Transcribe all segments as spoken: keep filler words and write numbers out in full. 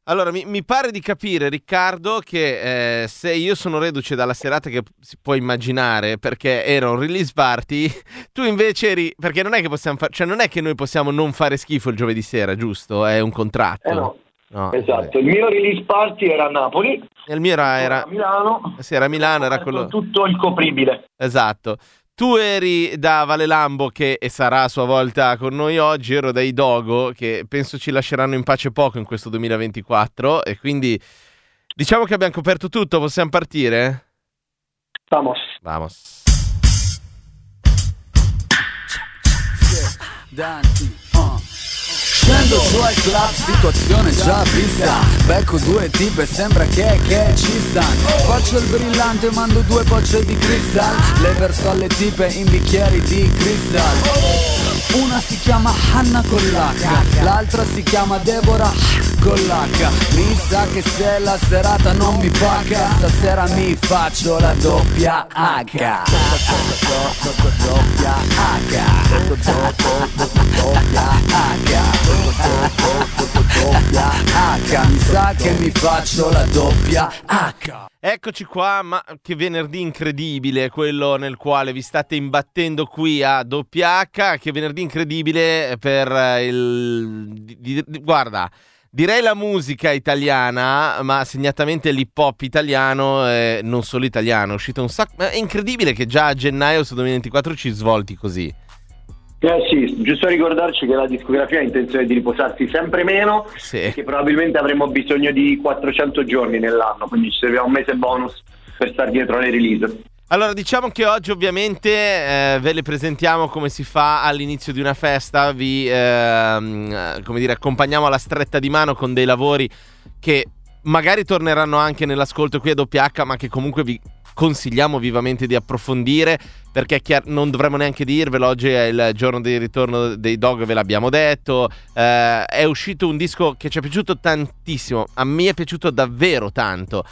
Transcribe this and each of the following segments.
Allora, mi, mi pare di capire, Riccardo, che eh, se io sono reduce dalla serata che si può immaginare, perché era un release party, tu invece eri, perché non è che possiamo fare, cioè non è che noi possiamo non fare schifo il giovedì sera, giusto? È un contratto. Eh no, no esatto. Vabbè. Il mio release party era a Napoli. E il mio era, era a Milano. Sì, era a Milano, era quello. Tutto il copribile. Esatto. Tu eri da Valelambo, che e sarà a sua volta con noi oggi, ero dai Dogo, che penso ci lasceranno in pace poco in questo duemilaventiquattro, e quindi diciamo che abbiamo coperto tutto, possiamo partire? Vamos. Vamos. Danti, uh. Scendo giù al club, situazione già vista. Becco due tipe, sembra che, che ci stanno. Faccio il brillante, mando due bocce di cristal. Le verso alle tipe in bicchieri di cristal. Una si chiama Hanna con l'H, l'altra si chiama Deborah con l'H. Mi sa che se la serata non mi paga, stasera mi faccio la doppia H. Doppia H. Doppia H. Doppia H, mi sa che mi faccio la doppia H. Eccoci qua, ma che venerdì incredibile quello nel quale vi state imbattendo qui a doppia H, che venerdì incredibile per il... Di, di, di, guarda, direi la musica italiana, ma segnatamente l'hip hop italiano, eh, non solo italiano, è uscito un sacco, è incredibile che già a gennaio su duemilaventiquattro ci svolti così. Eh sì, giusto ricordarci che la discografia ha intenzione di riposarsi sempre meno, sì. E che probabilmente avremo bisogno di quattrocento giorni nell'anno, quindi ci serviva un mese bonus per stare dietro alle release. Allora, diciamo che oggi ovviamente eh, ve le presentiamo come si fa all'inizio di una festa, vi eh, come dire, accompagniamo alla stretta di mano con dei lavori che magari torneranno anche nell'ascolto qui a doppia H, ma che comunque vi consigliamo vivamente di approfondire, perché chiar- non dovremmo neanche dirvelo, oggi è il giorno di ritorno dei Dog, ve l'abbiamo detto, eh, è uscito un disco che ci è piaciuto tantissimo, a me è piaciuto davvero tanto,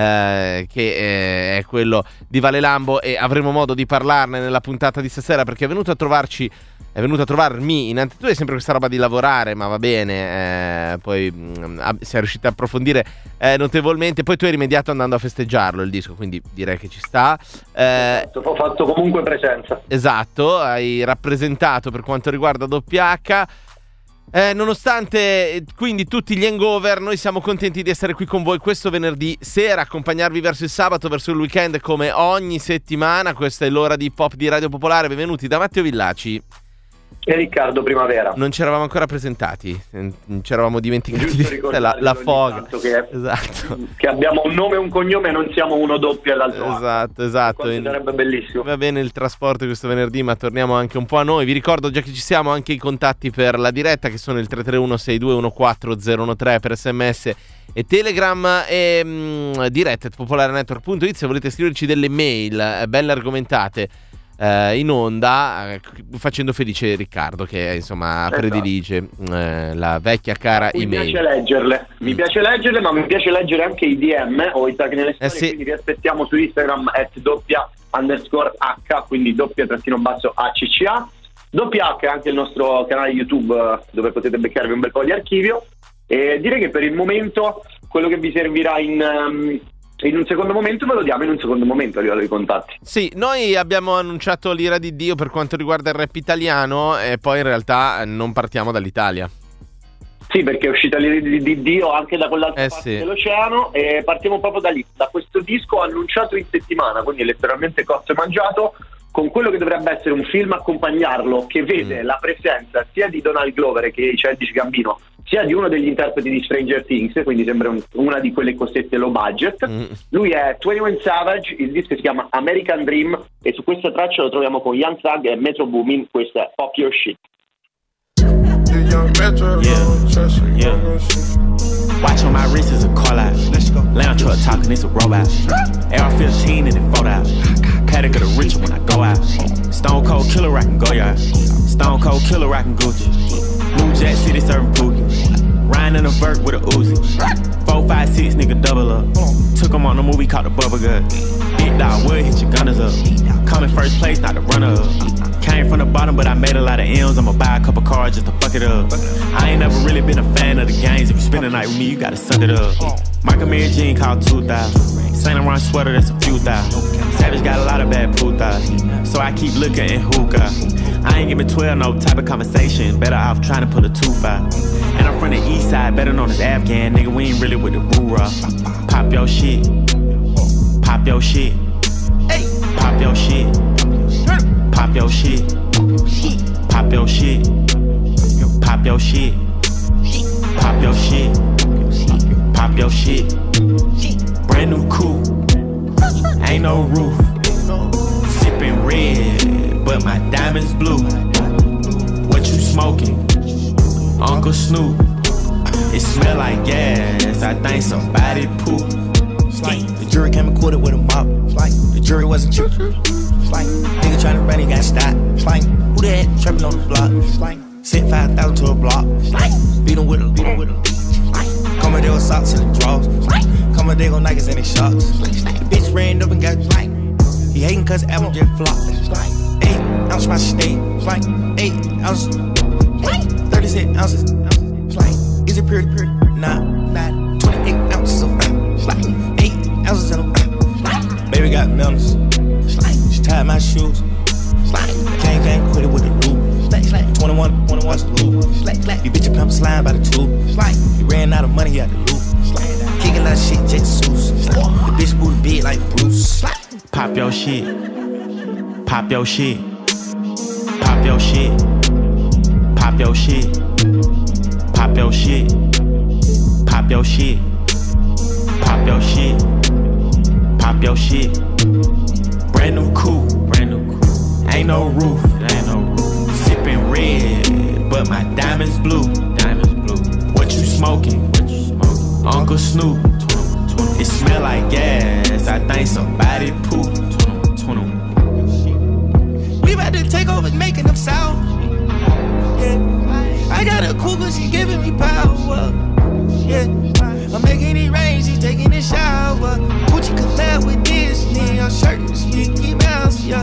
eh, che è quello di Valelambo, e avremo modo di parlarne nella puntata di stasera, perché è venuto a trovarci è venuto a trovarmi, innanzitutto è sempre questa roba di lavorare, ma va bene, eh, poi mh, sei riuscito a approfondire eh, notevolmente, poi tu hai rimediato andando a festeggiarlo il disco, quindi direi che ci sta. Eh, Ho fatto comunque presenza. Esatto, hai rappresentato per quanto riguarda doppia H. Eh, nonostante quindi tutti gli hangover, noi siamo contenti di essere qui con voi questo venerdì sera, accompagnarvi verso il sabato, verso il weekend come ogni settimana. Questa è l'ora di pop di Radio Popolare. Benvenuti da Matteo Villaci e Riccardo Primavera. Non ci eravamo ancora presentati, ci eravamo dimenticati la, la foga che, esatto. Che abbiamo un nome e un cognome e non siamo uno doppio all'altro. Esatto, esatto. Questo sarebbe bellissimo. Va bene il trasporto questo venerdì, ma torniamo anche un po' a noi. Vi ricordo, già che ci siamo, anche i contatti per la diretta, che sono il tre tre uno sei due uno quattro zero uno tre per sms e Telegram, e mh, diretta at popolarenetwork punto it se volete scriverci delle mail eh, belle argomentate eh, in onda, eh, facendo felice Riccardo, che insomma esatto. predilige eh, la vecchia cara mi email. Mi piace leggerle, mi mm. piace leggerle, ma mi piace leggere anche i D M o i tag nelle storie, eh sì. Quindi vi aspettiamo su Instagram at doppia underscore H, quindi doppia trattino basso A C C A. Doppia H è anche il nostro canale YouTube, dove potete beccarvi un bel po' di archivio. E direi che per il momento quello che vi servirà in, um, in un secondo momento ve lo diamo in un secondo momento a livello di contatti. Sì, noi abbiamo annunciato l'ira di Dio per quanto riguarda il rap italiano, e poi in realtà non partiamo dall'Italia. Sì, perché è uscita l'ira di, di Dio anche da quell'altra eh parte sì. dell'oceano, e partiamo proprio da lì, da questo disco annunciato in settimana, quindi letteralmente cotto e mangiato, con quello che dovrebbe essere un film accompagnarlo, che vede mm. la presenza sia di Donald Glover che di Childish Gambino, sia di uno degli interpreti di Stranger Things, quindi sembra un, una di quelle cosette low budget. Mm. Lui è twenty-one Savage, il disco si chiama American Dream, e su questa traccia lo troviamo con Young Thug e Metro Boomin. Questa è Pop Your Shit. Yeah, yeah. Watch on my wrist is a call out. Lounge truck talking, it's a robot. A R fifteen and it fold out. Paddock of the rich when I go out. Stone Cold Killer rockin' Goyard. Stone Cold Killer rockin' Gucci. New Jack City serving Pookie. Riding in a vert with a Uzi. Four, five, six, nigga double up. Took him on a movie called The Bubba Gut. Big dog would hit your gunners up. Coming first place, not the runner up. Came from the bottom, but I made a lot of M's. I'ma buy a couple cars just to fuck it up. I ain't never really been a fan of the games. If you spend the night with me, you gotta suck it up. Michael Mary Jean called two thousand. Saint Laurent sweater, that's a few thousand. Savage got a lot of bad putas, so I keep looking in hookah. I ain't giving twelve no type of conversation. Better off trying to put a two five. And I'm from the east side, better known as Afghan. Nigga, we ain't really with the roo-rah. Pop your shit. Pop your shit. Pop your shit. Pop your shit. Pop your shit. Pop your shit. Pop your shit. Pop your shit. Brand new coupe. Ain't no roof. Sipping red, but my diamonds blue. What you smoking? Uncle Snoop. It smell like gas. I think somebody pooped. The jury came and acquitted with a mop. The jury wasn't true. Nigga tryna run, he got stopped. Who that trapping on the block? Sent five thousand to a block. Beat him with a, beat him with a. Come there with socks in the drawers. Come there go Nikes and they shorts. The bitch ran up and got drank. He hating cause the album just flopped. Eight ounce my steak. Eight ounces. thirty-six ounces. Is it pure, pure? Nah, nah. twenty-eight ounces of eight ounces in a. Baby got melons. She tied my shoes. Gang gang quit it with the loop. twenty-one, twenty-one's the loop. You bitch your pimp slime by the tube. He ran out of money, he had to loop. Kicking like shit, Jesus. The bitch booty big like Bruce. Pop your shit. Pop your shit. Pop your shit. Pop your shit. Pop your shit. Pop your shit. Pop your shit. Pop your shit. Brand new coupe. Brand new coupe. Ain't no roof. Ain't no roof. Sipping red, but my diamonds blue. Diamonds blue. What you smoking? What you smoking? Uncle Snoop. It smell like gas. I think somebody pooped. We about to take over making them sound. Yeah. I got a cougar, she giving me power. Yeah. I'm making it rain, she taking a shower. Gucci collab with Disney. I'm shirting Mickey Mouse, yeah.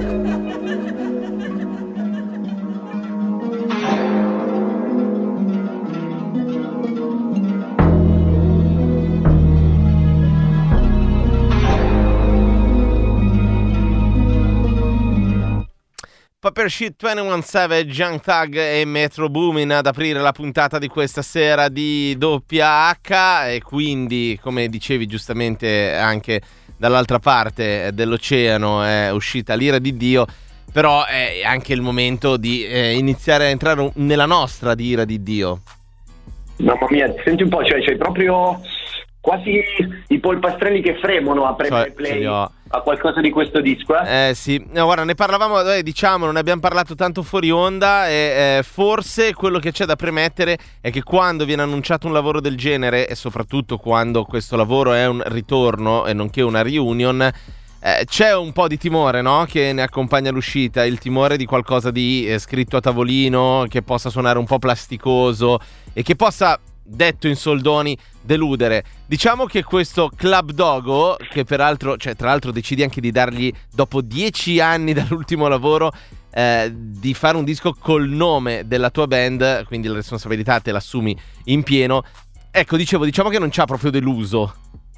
Paper Shit, ventuno Savage, Young Thug e Metro Boomin ad aprire la puntata di questa sera di Doppia H. E quindi, come dicevi giustamente, anche dall'altra parte dell'oceano è uscita l'ira di Dio, però è anche il momento di eh, iniziare a entrare nella nostra di ira di Dio. Mamma mia, senti un po', cioè c'hai proprio quasi i polpastrelli che fremono a premere play a qualcosa di questo disco, eh? Eh sì, no, guarda, ne parlavamo, eh, diciamo, non ne abbiamo parlato tanto fuori onda e eh, forse quello che c'è da premettere è che quando viene annunciato un lavoro del genere, e soprattutto quando questo lavoro è un ritorno e nonché una reunion, eh, c'è un po' di timore, no? Che ne accompagna l'uscita, il timore di qualcosa di eh, scritto a tavolino, che possa suonare un po' plasticoso e che possa, detto in soldoni, deludere. Diciamo che questo Club Dogo, che peraltro, cioè tra l'altro decidi anche di dargli, dopo dieci anni dall'ultimo lavoro, eh, di fare un disco col nome della tua band, quindi la responsabilità te l'assumi in pieno. Ecco, dicevo, diciamo che non ci ha proprio deluso.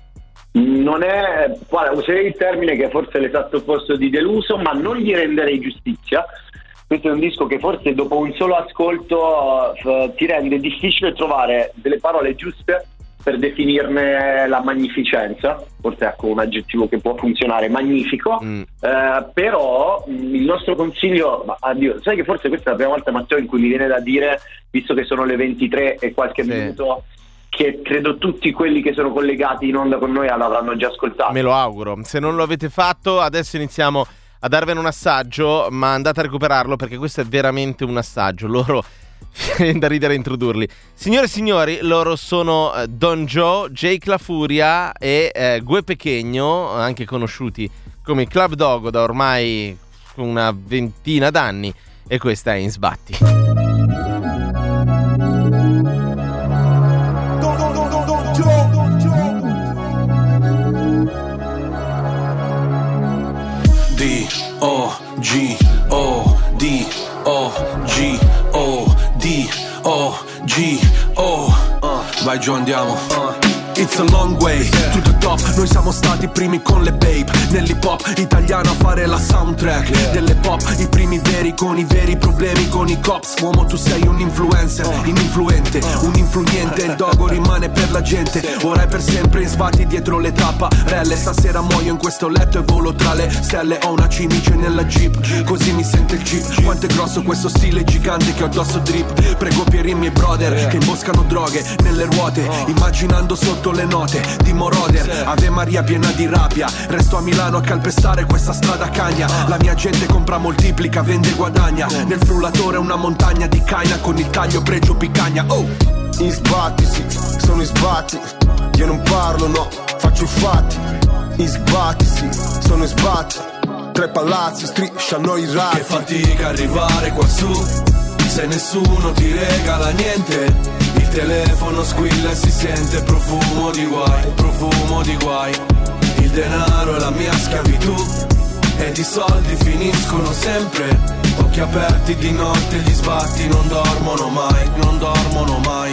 Non è, guarda, userei il termine che è forse l'esatto opposto di deluso, ma non gli renderei giustizia. Questo è un disco che forse dopo un solo ascolto uh, ti rende difficile trovare delle parole giuste per definirne la magnificenza. Forse ecco un aggettivo che può funzionare, magnifico. Mm. Uh, però mh, il nostro consiglio, ma addio, sai che forse questa è la prima volta, Matteo, in cui mi viene da dire, visto che sono le ventitré e qualche sì. minuto, che credo tutti quelli che sono collegati in onda con noi l'avranno già ascoltato. Me lo auguro. Se non lo avete fatto, adesso iniziamo a darvene un assaggio, ma andate a recuperarlo perché questo è veramente un assaggio. Loro da ridere a introdurli. Signore e signori, loro sono eh, Don Joe, Jake La Furia e eh, Gue Pequeño, anche conosciuti come Club Dogo da ormai una ventina d'anni, e questa è In Sbatti. D O G O D Vai giù, andiamo. It's a long way to the top. Noi siamo stati i primi con le babe nell'hip hop italiano a fare la soundtrack delle pop. I primi veri con i veri problemi con i cops. Uomo, tu sei un influencer, ininfluente, un influente. Il dogo rimane per la gente. Ora è per sempre in sbatti dietro le tapparelle. Stasera muoio in questo letto e volo tra le stelle. Ho una cimice nella jeep, così mi sente il jeep. Quanto è grosso questo stile gigante che ho addosso drip. Prego per i miei brother che imboscano droghe nelle ruote, immaginando sotto le note di Moroder. Ave Maria piena di rabbia. Resto a Milano a calpestare questa strada cagna. La mia gente compra, moltiplica, vende e guadagna. Nel frullatore una montagna di caina con il taglio pregio picagna. Oh! In sbatti, sì, sono in sbatti. Io non parlo, no, faccio i fatti. In sbatti, sì, sono in sbatti. Tre palazzi strisciano i ratti. Che fatica arrivare qua su, se nessuno ti regala niente. Il telefono squilla e si sente profumo di guai, profumo di guai. Il denaro è la mia schiavitù ed i soldi finiscono sempre. Occhi aperti di notte, gli sbatti non dormono mai, non dormono mai.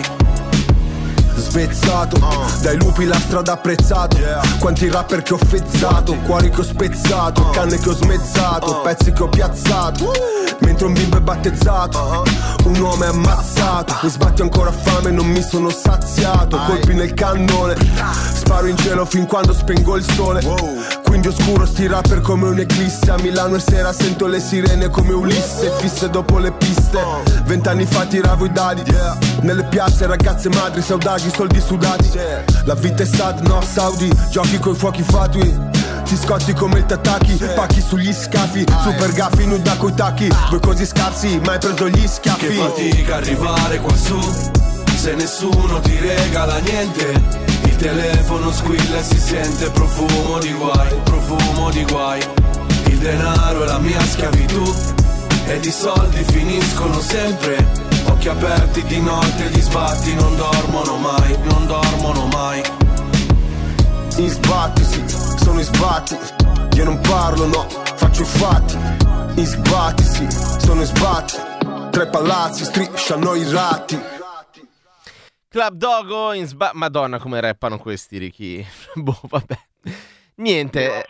Svezzato, dai lupi la strada apprezzato. Quanti rapper che ho fezzato, cuori che ho spezzato, canne che ho smezzato, pezzi che ho piazzato. Mentre un bimbo è battezzato, un uomo è ammazzato. Mi sbatti ancora fame, non mi sono saziato. Colpi nel cannone, sparo in cielo fin quando spengo il sole. Quindi oscuro sti rapper come un'eclisse. A Milano e sera sento le sirene come Ulisse. Fisse dopo le piste, vent'anni fa tiravo i dadi. Nelle piazze ragazze madri, saudagi, soldi sudati. La vita è sad, no Saudi, giochi coi fuochi fatui. Ti scotti come il Tataki, pacchi sugli scafi. Super gaffi, nuda coi tacchi. Voi così scarsi, ma hai preso gli schiaffi. Che fatica arrivare qua su, se nessuno ti regala niente. Il telefono squilla e si sente profumo di guai, profumo di guai. Il denaro è la mia schiavitù ed i soldi finiscono sempre. Occhi aperti di notte, gli sbatti non dormono mai, non dormono mai. In sbatti, sì, sono in sbatti. Io non parlo, no, faccio i fatti. In sbatti, sì, sono in sbatti. Tre palazzi strisciano i ratti. Club Dogo in sba... Madonna come rappano questi, Ricky. Boh, vabbè. Niente.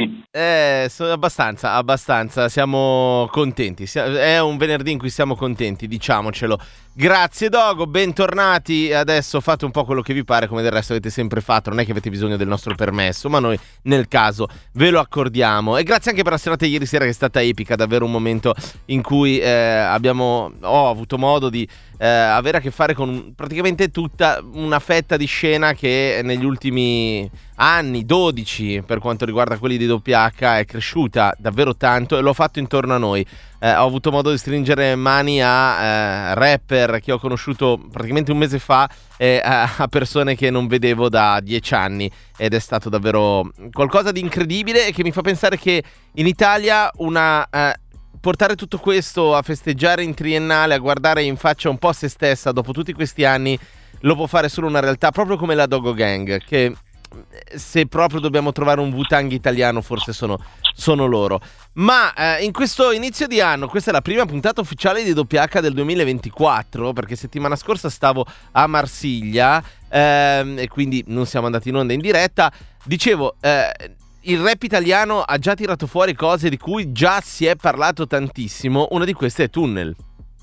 Eh, sono abbastanza, abbastanza. Siamo contenti. È un venerdì in cui siamo contenti, diciamocelo. Grazie Dogo, bentornati. Adesso fate un po' quello che vi pare, come del resto avete sempre fatto. Non è che avete bisogno del nostro permesso, ma noi nel caso ve lo accordiamo. E grazie anche per la serata ieri sera, che è stata epica. Davvero un momento in cui eh, abbiamo ho avuto modo di eh, avere a che fare con praticamente tutta una fetta di scena che negli ultimi anni, dodici per quanto riguarda quelli di W H, è cresciuta davvero tanto e l'ho fatto intorno a noi. Eh, ho avuto modo di stringere mani a eh, rapper che ho conosciuto praticamente un mese fa e a, a persone che non vedevo da dieci anni, ed è stato davvero qualcosa di incredibile e che mi fa pensare che in Italia una eh, portare tutto questo a festeggiare in triennale, a guardare in faccia un po' se stessa dopo tutti questi anni, lo può fare solo una realtà proprio come la Dogo Gang, che se proprio dobbiamo trovare un Wu-Tang italiano forse sono, sono loro. Ma eh, in questo inizio di anno, questa è la prima puntata ufficiale di W H del duemilaventiquattro, perché settimana scorsa stavo a Marsiglia ehm, e quindi non siamo andati in onda in diretta. Dicevo, eh, il rap italiano ha già tirato fuori cose di cui già si è parlato tantissimo. Una di queste è Tunnel.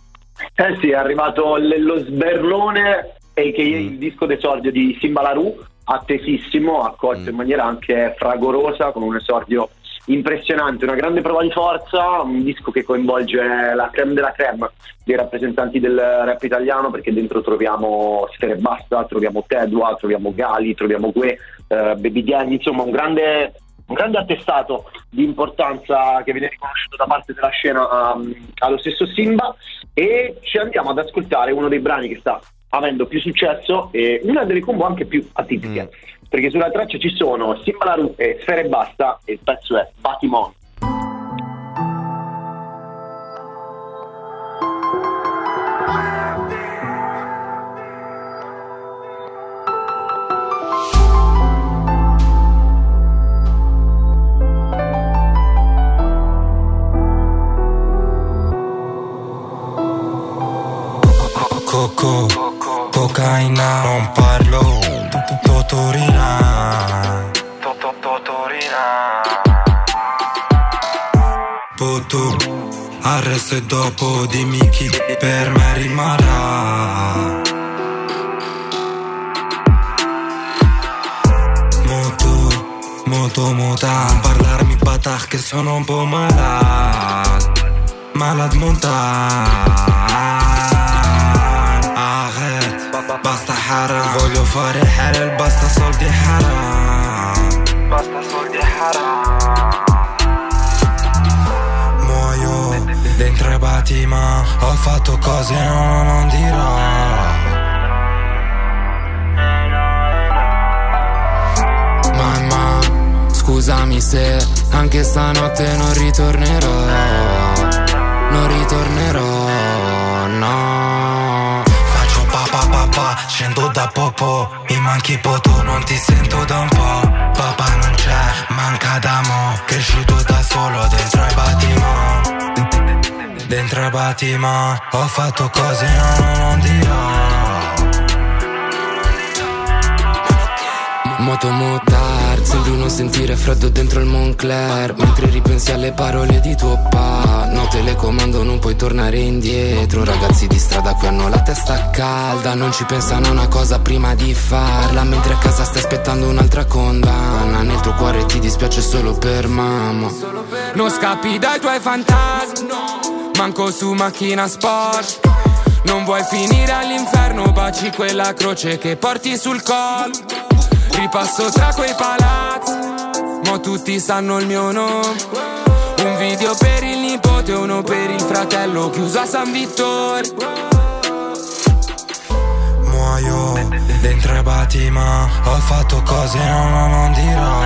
Eh sì, è arrivato l- lo sberlone, a k a il disco d'esordio di Simba La Rue, attesissimo, accolto mm. in maniera anche fragorosa, con un esordio impressionante, una grande prova di forza, un disco che coinvolge la creme della creme dei rappresentanti del rap italiano, perché dentro troviamo Sfera Ebbasta, troviamo Tedua, troviamo Gali, troviamo Gue, eh, Baby Gang, insomma un grande, un grande attestato di importanza che viene riconosciuto da parte della scena um, allo stesso Simba. E ci andiamo ad ascoltare uno dei brani che sta avendo più successo e una delle combo anche più atipiche, mm. perché sulla traccia ci sono Simba La Rue e Sfera Ebbasta e il pezzo è Batimon. Coco, cocaina, non parli Totorina, Totorina. Poto, arresto e dopo dimmi chi per me rimarrà. Moto, moto, mota, parlarmi patah che sono un po' malad, malad montan. Arrête, basta haram, voglio fare halal, basta soldi haram, basta soldi haram. Muoio dentro i Batima, ho fatto cose no, non dirò. Mamma, scusami se anche stanotte non ritornerò, non ritornerò, no. Faccio papà papà, scendo da popo, mi manchi poto, non ti sento da un po'. Papà non c'è, manca d'amo, cresciuto da solo dentro i Batima. Dentro i Batima, ho fatto cose no, non dirò. Moto motard, sembri non sentire freddo dentro il Moncler, mentre ripensi alle parole di tuo pa. No, telecomando, non puoi tornare indietro. Ragazzi di strada qui hanno la testa calda, non ci pensano a una cosa prima di farla, mentre a casa stai aspettando un'altra condanna. Nel tuo cuore ti dispiace solo per mamma. Non scappi dai tuoi fantasmi, manco su macchina sport. Non vuoi finire all'inferno, baci quella croce che porti sul collo. Ripasso tra quei palazzi, mo tutti sanno il mio nome. Un video per il nipote, uno per il fratello, chiuso a San Vittore. Muoio dentro i Batima, ho fatto cose no, non dirò.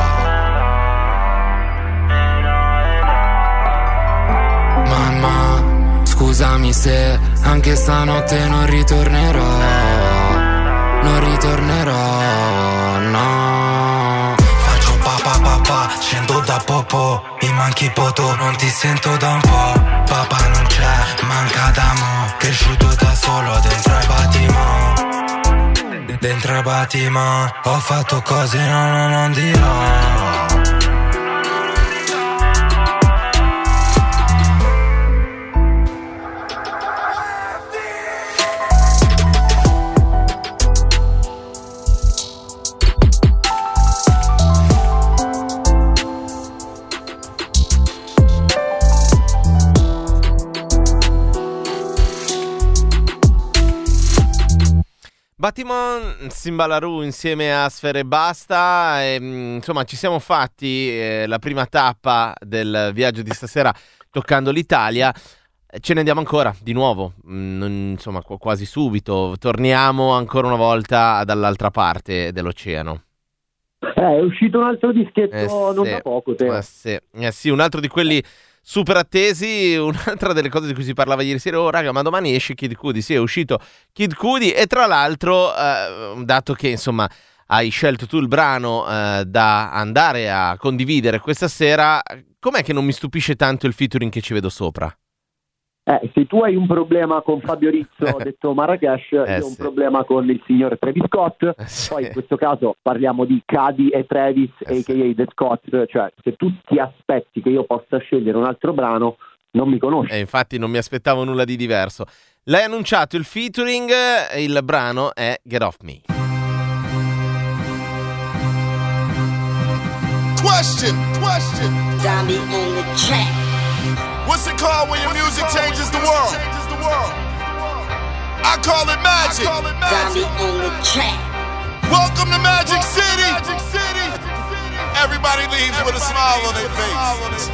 Mamma, scusami se anche stanotte non ritornerò, non ritornerò, no. Faccio papà papà, scendo da popo, mi manchi poto, non ti sento da un po'. Papà non c'è, manca d'amo, cresciuto da solo dentro i Batima. Dentro i Batima, ho fatto cose no, non dirò. Batimon Simbalaru insieme a Sfera Ebbasta, e, insomma ci siamo fatti eh, la prima tappa del viaggio di stasera toccando l'Italia. Ce ne andiamo ancora di nuovo, mm, insomma qu- quasi subito, torniamo ancora una volta dall'altra parte dell'oceano. Eh, è uscito un altro dischetto Eh, non sì. da poco, te. Eh, sì. Eh, sì, un altro di quelli super attesi. Un'altra delle cose di cui si parlava ieri sera, oh raga, ma domani esce Kid Cudi. Sì, è uscito Kid Cudi, e tra l'altro eh, dato che insomma hai scelto tu il brano eh, da andare a condividere questa sera, com'è che non mi stupisce tanto il featuring che ci vedo sopra? Eh, se tu hai un problema con Fabio Rizzo, detto Marrakesh, Eh, io ho un sì. problema con il signor Travis Scott. Eh, sì. Poi in questo caso parliamo di Cudi e Travis, Eh, a k a. The Scott. Cioè, se tu ti aspetti che io possa scegliere un altro brano, non mi conosci. E infatti non mi aspettavo nulla di diverso. L'hai annunciato il featuring, il brano è Get Off Me. Question, question. Zombie on the track. What's it called when your music changes the world? I call it magic. Zombie on the track. Welcome to Magic City. Everybody leaves with a smile on their face.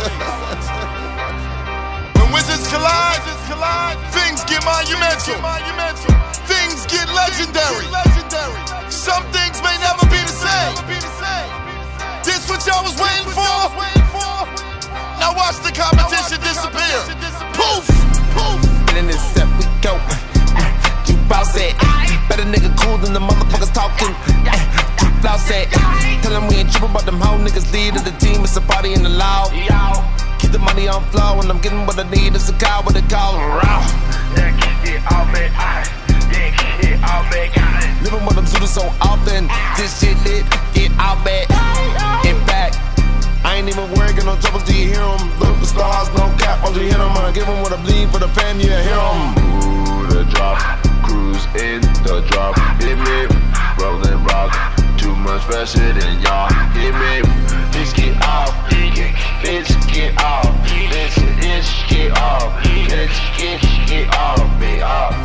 When wizards collide, things get monumental. Things get legendary. Some things may never be the same. This what y'all was waiting for? Now watch the competition disappear. Poof! Poof! In this step we go. You bout it. Better nigga cool than the motherfuckers talking. You bout it. Tell them we ain't tripping about them hoe niggas lead of the team. It's a party in the loud. Keep the money on flow and I'm getting what I need. It's a car with a call around. Yeah, keep it all back. Yeah, keep it all back. Living with them Zulu so often. this shit lit, get out back. In fact, I ain't even worried, get no trouble till you hear them. Look the stars, no cap, once you hit them, I'ma give them what I bleed for the fam, yeah, hear them. Ooh, the drop, cruise in the drop, hit me, rolling rock, too much faster than y'all, hit me, bitch get off, bitch get off, bitch, bitch get off, bitch get, get off, me off.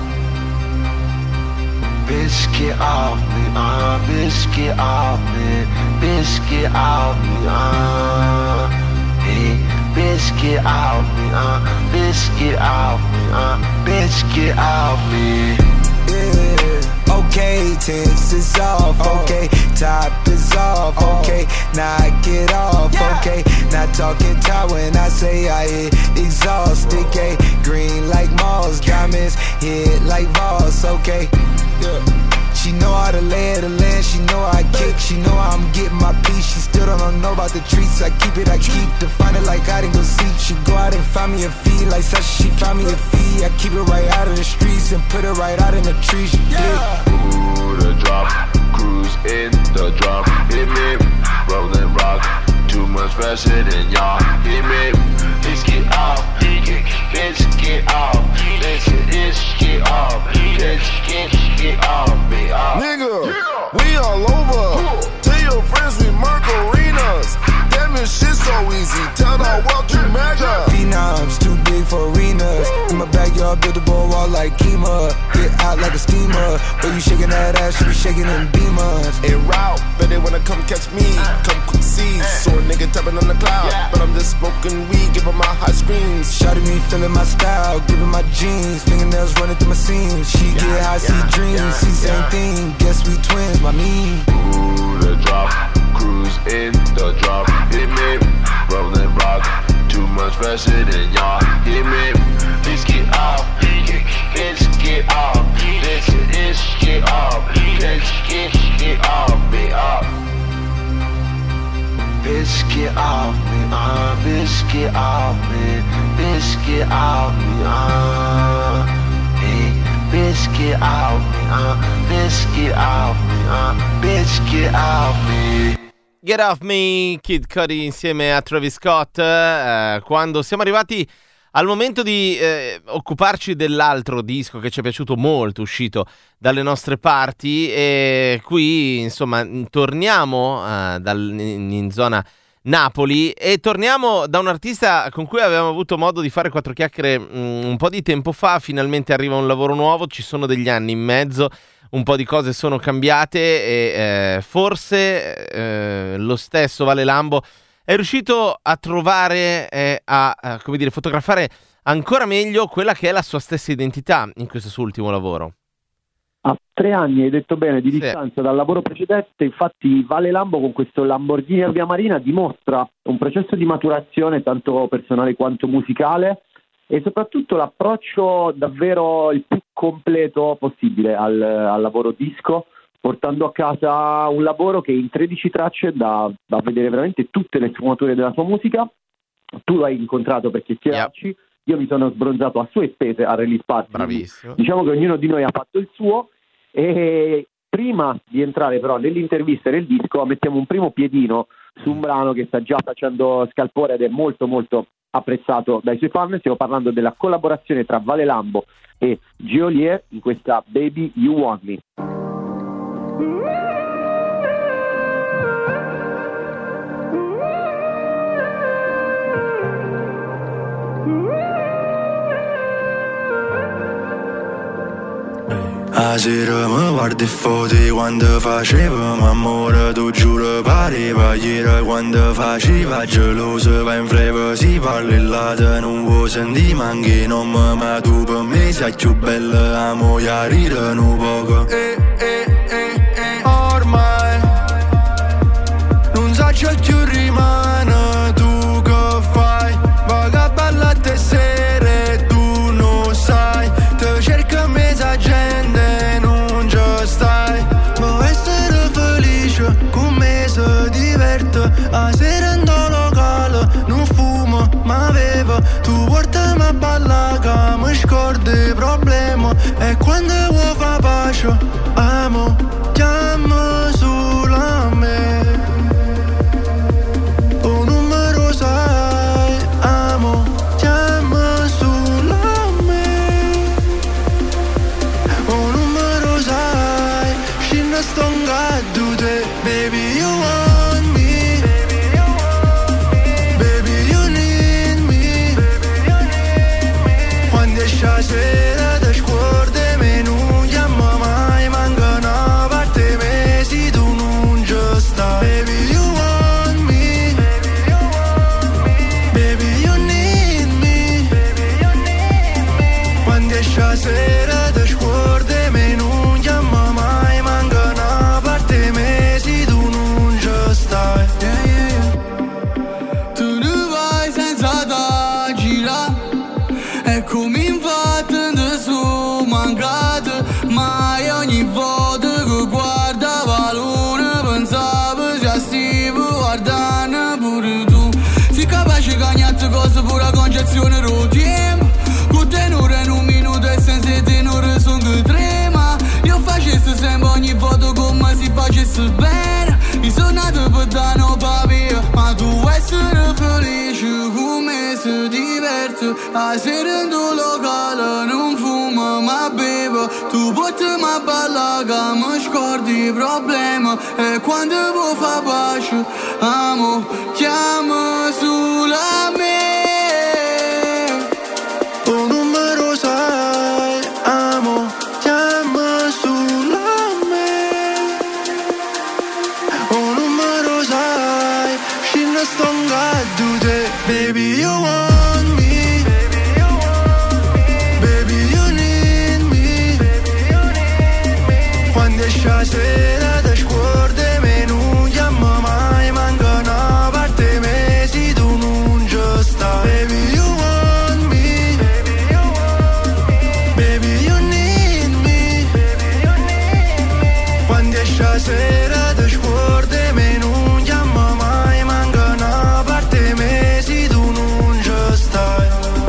Bitch get off me, uh, bitch get off me, bitch get off me, uh, hey, bitch get off me, uh, bitch get off me, uh, bitch get off me. Yeah, okay, tense is off, okay, top is off, okay, knock it off, okay, not talking top when I say I hit exhaust, okay, green like moss, diamonds hit like Voss, okay. Yeah. She know how to lay it, the land, she know how I kick, she know how I'm getting my piece, she still don't know about the treats, I keep it, I keep to find it like I didn't go seek, she go out and find me a fee, like Sasha, she found me a fee, I keep it right out of the streets and put it right out in the trees, yeah. Ooh, the drop, cruise in the drop, hit me, rolling rock, too much faster than y'all, hit me, bitch get off, bitch get off, bitch, bitch get off, bitch get, get off, me off. Nigga, yeah. We all over, cool. Tell your friends we murk arenas, damn this shit so easy, tell the world you mega. Phenoms, too big for arenas, in my backyard build a bowl wall like Kima, get out like a steamer, but you shaking that ass, you be shaking them demons. En route, but they wanna come catch me, come quick see, so a nigga tapping on the cloud, yeah. But I'm just smoking weed, giving my high screams. Shawty me feeling my style, giving my jeans, fingernails running through my seams. She yeah, get high, yeah, see dreams, yeah, see same yeah. thing. Guess we twins, my mean. Ooh, the drop, cruise in the drop, hit me, rolling rock, too much faster than y'all, hit me, bitch get off, bitch get off, bitch, bitch get off, bitch get, get off, me off. Bitch get off me, uh, bitch get off me, bitch get off me, uh, hey, bitch get off me, uh, bitch get off me, uh, bitch get off me. Get Off Me, Kid Cudi insieme a Travis Scott, eh, quando siamo arrivati al momento di eh, occuparci dell'altro disco che ci è piaciuto molto, uscito dalle nostre parti, e qui insomma torniamo eh, dal, in, in zona Napoli e torniamo da un artista con cui avevamo avuto modo di fare quattro chiacchiere mh, un po' di tempo fa. Finalmente arriva un lavoro nuovo, ci sono degli anni in mezzo, un po' di cose sono cambiate e eh, forse eh, lo stesso Vale Lambo è riuscito a trovare e a, a come dire, fotografare ancora meglio quella che è la sua stessa identità in questo suo ultimo lavoro. A tre anni, hai detto bene, di sì. distanza dal lavoro precedente, infatti Vale Lambo con questo Lamborghini Via Marina dimostra un processo di maturazione tanto personale quanto musicale e soprattutto l'approccio davvero il più completo possibile al, al lavoro disco, portando a casa un lavoro che in tredici tracce dà, dà a vedere veramente tutte le sfumature della sua musica. Tu l'hai incontrato per chiacchierarci, yep. Io mi sono sbronzato a sue spese a release party. Bravissimo. Diciamo che ognuno di noi ha fatto il suo e prima di entrare però nell'intervista e nel disco mettiamo un primo piedino su un brano che sta già facendo scalpore ed è molto molto apprezzato dai suoi fan. Stiamo parlando della collaborazione tra Vale Lambo e Geolier in questa Baby You Want Me. A sera mi guardi foto quando facevamo amore, tu giuro pareva ieri quando faceva geloso, va in freva si parla il lato, non vuoi sentire anche non ma tu per me sei più bella, amo ya ridere un poco. Eh, eh, eh, eh, ormai non so c'è più rimane, tu che fai, vaga balla te sere, tu non sai, te cerca mezza gente. A sera in locale non fumo ma avevo, tu portami a ballare che mi scordo i problemi e quando vuoi fa pace amo chiamo sulla non sto cadute, baby you want me, baby you need me, quando esce la sera ti scordi me non chiamo mai, manca una parte mesi tu non ci stai, baby you want me, baby you need me, quando esce la sera ti scordi me non chiamo mai, manca una parte mesi tu non ci stai, yeah, yeah, yeah. Tu ne vai senza da girare e come infatti ti sono mancato, mai ogni volta che guardava l'una pensavo già stivo guardando pure tu, sei capace che ogni altra cosa pure concezione lo tempo, con tenore in un minuto e senza tenore sono che trema, io facessi sempre ogni volta come si facesse bene, mi sono nato per dare un papiro, ma tu essere felice come si diverte, a sera in tuo locale non fumo ma bevo, tu porti ma balla che mi scordi i problemi, e quando vuoi fa pace, amo, chiama sulla me, tu numero sai, amo, chiama sulla me, un numero sai, scina sto cadute, baby you want me, baby you need me, quando esce la sera ti scordi me non chiamo mai, manca una parte mesi tu non ci stai, baby you want me, baby you need me, quando esce la sera ti scordi me non chiamo mai, manca una parte mesi tu non ci stai.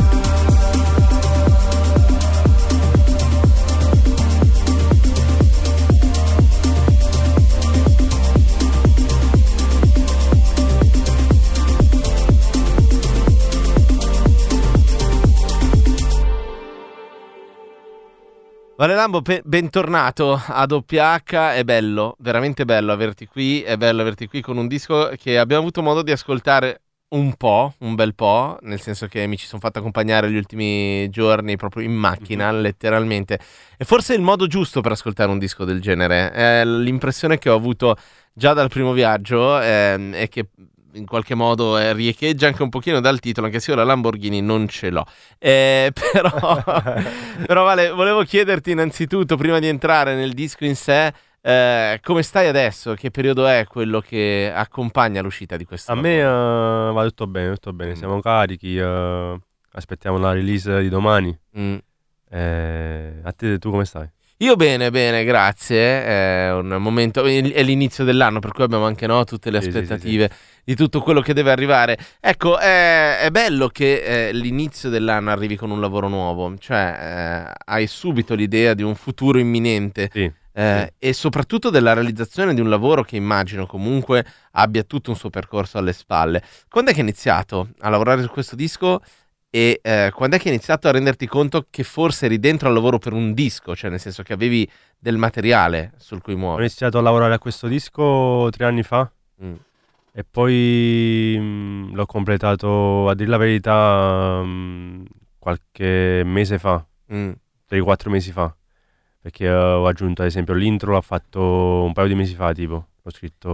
Vale Lambo, pe- bentornato a Doppia H, è bello, veramente bello averti qui, è bello averti qui con un disco che abbiamo avuto modo di ascoltare un po', un bel po', nel senso che mi ci sono fatto accompagnare gli ultimi giorni proprio in macchina, mm-hmm. letteralmente, e forse è il modo giusto per ascoltare un disco del genere, è l'impressione che ho avuto già dal primo viaggio, eh, è che in qualche modo eh, riecheggia anche un pochino dal titolo, anche se io la Lamborghini non ce l'ho, eh, però, però Vale, volevo chiederti innanzitutto, prima di entrare nel disco in sé, eh, come stai adesso, che periodo è quello che accompagna l'uscita di questo a lavoro? me uh, va tutto bene, tutto bene, siamo carichi, uh, aspettiamo la release di domani, mm. eh, a te, tu come stai? Io bene, bene, grazie, è un momento, è l'inizio dell'anno, per cui abbiamo anche no, tutte le sì, aspettative sì, sì, sì. di tutto quello che deve arrivare. Ecco, è, è bello che eh, l'inizio dell'anno arrivi con un lavoro nuovo, cioè eh, hai subito l'idea di un futuro imminente, sì, eh, sì. e soprattutto della realizzazione di un lavoro che immagino comunque abbia tutto un suo percorso alle spalle. Quando è che hai iniziato a lavorare su questo disco? E eh, quando è che hai iniziato a renderti conto che forse eri dentro al lavoro per un disco, cioè nel senso che avevi del materiale sul cui muovere? Ho iniziato a lavorare a questo disco tre anni fa mm. e poi mh, l'ho completato, a dire la verità, mh, qualche mese fa, mm. tre quattro mesi fa, perché uh, ho aggiunto ad esempio l'intro, l'ho fatto un paio di mesi fa, tipo, l'ho scritto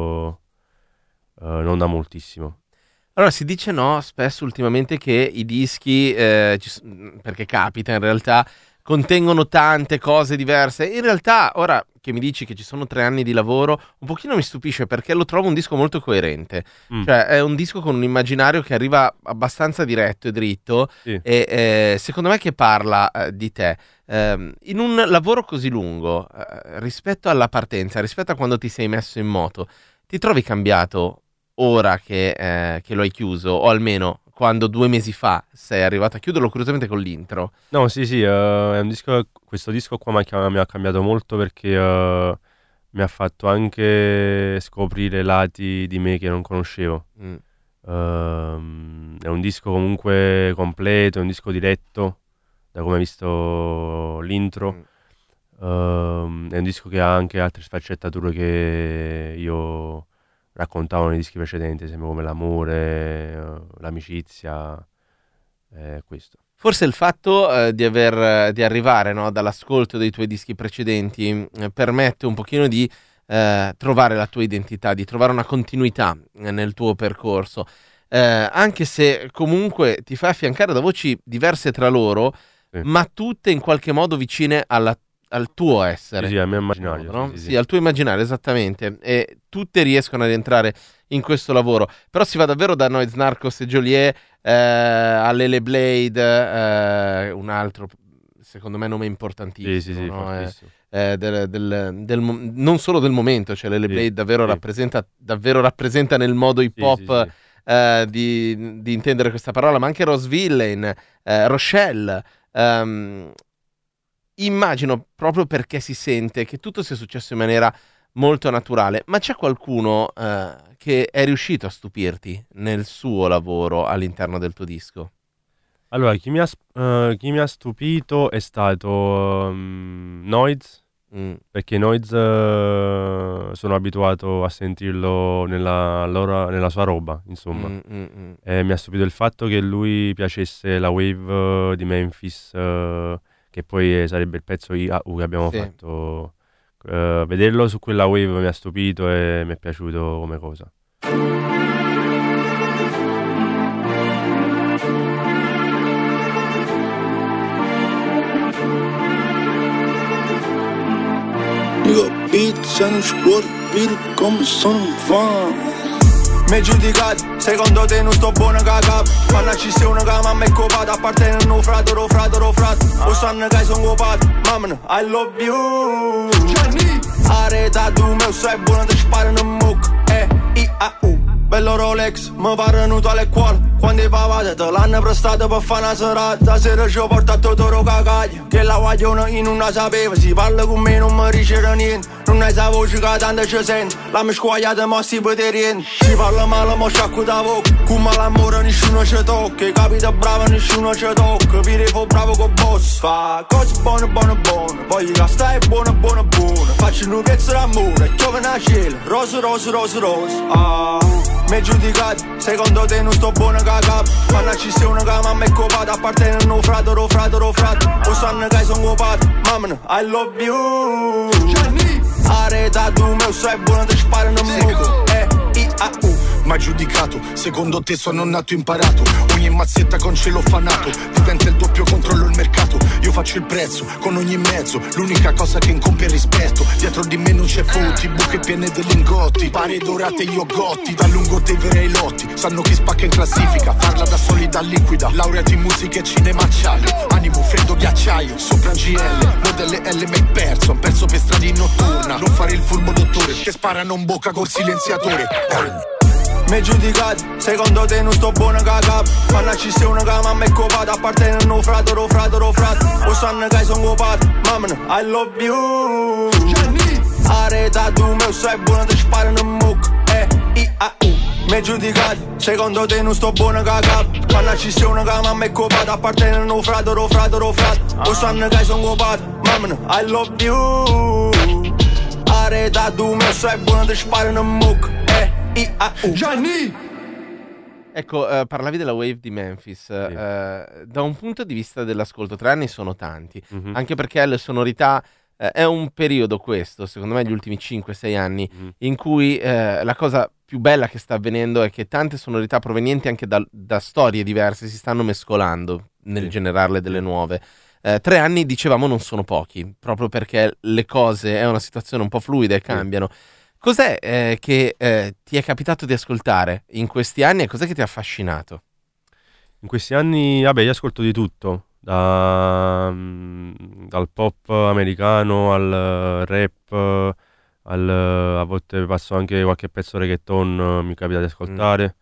uh, non da moltissimo. Allora, si dice no, spesso ultimamente che i dischi, eh, ci, perché capita in realtà, contengono tante cose diverse. In realtà, ora che mi dici che ci sono tre anni di lavoro, un pochino mi stupisce perché lo trovo un disco molto coerente. Mm. Cioè, è un disco con un immaginario che arriva abbastanza diretto e dritto, sì. e eh, secondo me che parla eh, di te. Eh, in un lavoro così lungo, eh, rispetto alla partenza, rispetto a quando ti sei messo in moto, ti trovi cambiato ora che, eh, che lo hai chiuso, o almeno quando due mesi fa sei arrivato a chiuderlo, curiosamente con l'intro? No, sì, sì, uh, è un disco, questo disco qua mi ha, mi ha cambiato molto perché uh, mi ha fatto anche scoprire lati di me che non conoscevo. Mm. Uh, è un disco comunque completo, è un disco diretto, da come hai visto l'intro. Mm. Uh, è un disco che ha anche altre sfaccettature che io raccontavo nei dischi precedenti, esempio come l'amore, uh, l'amicizia, eh, questo. Forse il fatto eh, di, aver, di arrivare, no, dall'ascolto dei tuoi dischi precedenti eh, permette un pochino di eh, trovare la tua identità, di trovare una continuità eh, nel tuo percorso, eh, anche se comunque ti fai affiancare da voci diverse tra loro, sì, ma tutte in qualche modo vicine alla al tuo essere, sì, sì, al mio immaginario, no? sì, sì, Sì, sì. al tuo immaginario, esattamente, e tutte riescono ad entrare in questo lavoro. Però si va davvero da Noise Narcos e Joliet eh, all'Ele Blade, eh, un altro secondo me nome importantissimo, sì, sì, sì, no? eh, fortissimo. eh, del, del, del, non solo del momento, cioè l'Ele Sì, Blade davvero sì. rappresenta davvero rappresenta nel modo hip hop Sì, sì, sì. eh, di, di intendere questa parola, ma anche Ross Villain, eh, Rochelle. Um, immagino, proprio perché si sente che tutto sia successo in maniera molto naturale, ma c'è qualcuno eh, che è riuscito a stupirti nel suo lavoro all'interno del tuo disco? Allora, chi mi ha, sp- eh, chi mi ha stupito è stato um, Noiz, Mm. perché Noiz eh, sono abituato a sentirlo nella, loro- nella sua roba, insomma. Mm, mm, mm. E mi ha stupito il fatto che lui piacesse la wave eh, di Memphis, eh, che poi sarebbe il pezzo I A U che abbiamo Sì. fatto. Eh, vederlo su quella wave mi ha stupito e mi è piaciuto come cosa. Io pizza non ci può capire come sono un fan. Mi giudicati, secondo te non sto buono cagà. Quando ci sia una che mamma è copata, appartiene a un frate, ro frate, ro frate. Lo sanno che sono copato, mamma, I love you. Areta tu meu, sei buono, ti sparano in mucca. Eh, I A U. Bello Rolex, mi pare venuto alle cuore. Quando i pavate te l'hanno prestato per fare una serata. Stasera ci ho portato toro cagaglio, che la guagliona io non la sapeva. Si parla con me non mi riceve niente. Non hai sa voce che tanto ci sente. La mi squagliata ma si poteri. Si parla male ma sciacco da bocca. Come l'amore nessuno ci tocca. Capita bravo nessuno ci tocca. Pirefo bravo con boss. Fa cose buone buone buone. Poi la stai buona buona buona. Faccio un pezzo d'amore. Giovane a cielo. Rosa rosa rosa rosa. Ah, mi giudicati, secondo te non sto buono cagà. Quando ci sia una che mamma è copata, appartiene a un frate, ro frate, ro frate. Lo sanno che sono copato, mamma, I love you. Areta tu meu, sei buono, ti sparano in muco. Eh, I A U. Ma giudicato, secondo te sono nato imparato. Ogni mazzetta con celofanato diventa il doppio, controllo il mercato. Io faccio il prezzo con ogni mezzo. L'unica cosa che incompie il rispetto. Dietro di me non c'è fotti, buche piene di lingotti. Pare dorate io gotti, da lungo dei veri lotti. Sanno chi spacca in classifica, farla da solida liquida. Laureati in musica e cinema acciaio. Animo freddo ghiacciaio, sopra G L. Modelle L mi hai perso, ho perso per strade notturna. Non fare il furbo dottore, che sparano in bocca col silenziatore. Mi giudicati, secondo te non sto buono cagà. Quando ci sia una che mamma è copata, appartiene a un frate, ro frate, ro frate. Lo sanno che sono copato, mamma, I love you. Areta tu meu, sei buono, ti sparano in mucca. Eh, I A U. Mi giudicati, secondo te non sto buono cagà. Quando ci sia una che mamma è copata, appartiene a un frate, ro frate, ro frate. Lo sanno che sono copato, mamma, I love you. Areta tu meu, sei buono, ti sparano in mucca. Eh, I A U. Gianni! Ecco, eh, parlavi della wave di Memphis, Sì. eh, da un punto di vista dell'ascolto, tre anni sono tanti, Mhm. anche perché le sonorità, eh, è un periodo questo, secondo me gli ultimi cinque sei anni, Mhm. in cui eh, la cosa più bella che sta avvenendo è che tante sonorità provenienti anche da, da storie diverse si stanno mescolando nel Sì. generarle delle nuove. Eh, tre anni, dicevamo, non sono pochi, proprio perché le cose è una situazione un po' fluida e cambiano. Cos'è eh, che eh, ti è capitato di ascoltare in questi anni e cos'è che ti ha affascinato? In questi anni, vabbè, io ascolto di tutto, da, mm, dal pop americano al rap, al, a volte passo anche qualche pezzo reggaeton, eh, mi capita di ascoltare,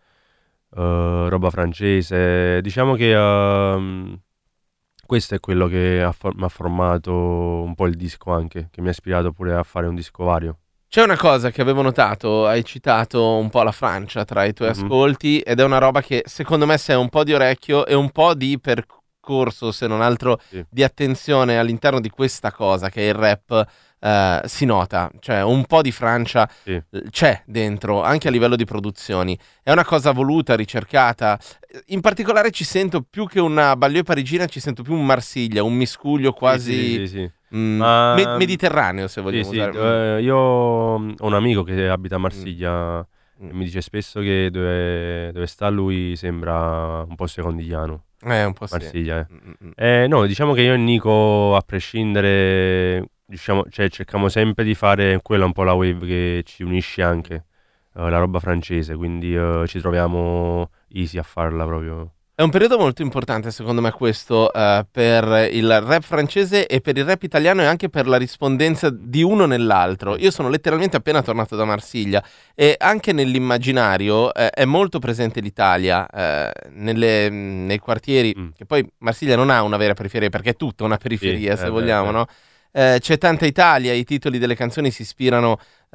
eh, roba francese. Diciamo che ehm, questo è quello che ha for- mi ha formato un po' il disco anche, che mi ha ispirato pure a fare un disco vario. C'è una cosa che avevo notato, hai citato un po' la Francia tra i tuoi Mhm. ascolti ed è una roba che secondo me se hai un po' di orecchio e un po' di discorso, se non altro Sì. di attenzione all'interno di questa cosa che è il rap, eh, si nota, cioè un po' di Francia Sì. eh, c'è dentro, anche a livello di produzioni. È una cosa voluta, ricercata. In particolare ci sento più che una Banlieue parigina, ci sento più un Marsiglia, un miscuglio quasi Sì, sì, sì, sì. mm, Ma- me- mediterraneo, se Sì, vogliamo sì, usare. eh, io ho un amico che abita a Marsiglia Mm. e mi dice spesso che dove, dove sta lui sembra un po' secondigliano. Eh, un po' sì. Marsiglia, eh. Mm, mm, mm. Eh, no, diciamo che io e Nico, a prescindere, diciamo, cioè, cerchiamo sempre di fare quella un po' la wave che ci unisce anche, eh, la roba francese, quindi eh, ci troviamo easy a farla proprio. È un periodo molto importante, secondo me, questo eh, per il rap francese e per il rap italiano, e anche per la rispondenza di uno nell'altro. Io sono letteralmente appena tornato da Marsiglia e anche nell'immaginario eh, è molto presente l'Italia, eh, nelle- nei quartieri, Mm. che poi Marsiglia non ha una vera periferia, perché è tutta una periferia, Sì, se eh, beh, vogliamo, beh. no? Eh, c'è tanta Italia, i titoli delle canzoni si ispirano eh,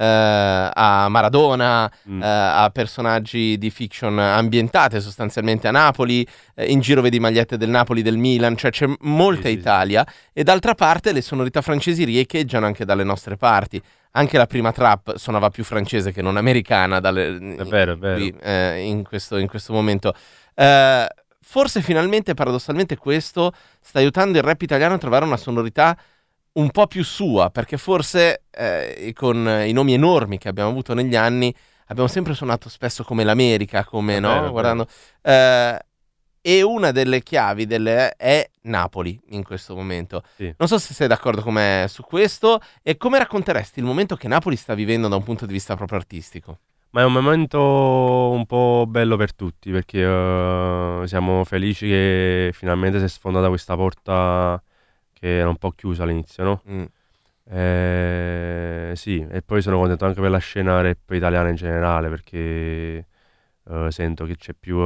a Maradona, Mm. eh, a personaggi di fiction ambientate sostanzialmente a Napoli, eh, in giro vedi magliette del Napoli, del Milan, cioè c'è molta Sì, sì, sì. Italia, e d'altra parte le sonorità francesi riecheggiano anche dalle nostre parti. Anche la prima trap suonava più francese che non americana dalle, È vero, è vero. qui, eh, in, questo, in questo momento. Eh, forse finalmente, paradossalmente, questo sta aiutando il rap italiano a trovare una sonorità un po' più sua, perché forse eh, con i nomi enormi che abbiamo avuto negli anni abbiamo sempre suonato spesso come l'America, come È no? vero, è vero. Guardando, eh, e una delle chiavi delle, è Napoli in questo momento. Sì. Non so se sei d'accordo con me su questo, e come racconteresti il momento che Napoli sta vivendo da un punto di vista proprio artistico? Ma è un momento un po' bello per tutti, perché eh, siamo felici che finalmente si è sfondata questa porta che era un po' chiusa all'inizio, no? Mm. Eh, sì, e poi sono contento anche per la scena rap italiana in generale, perché eh, sento che c'è più,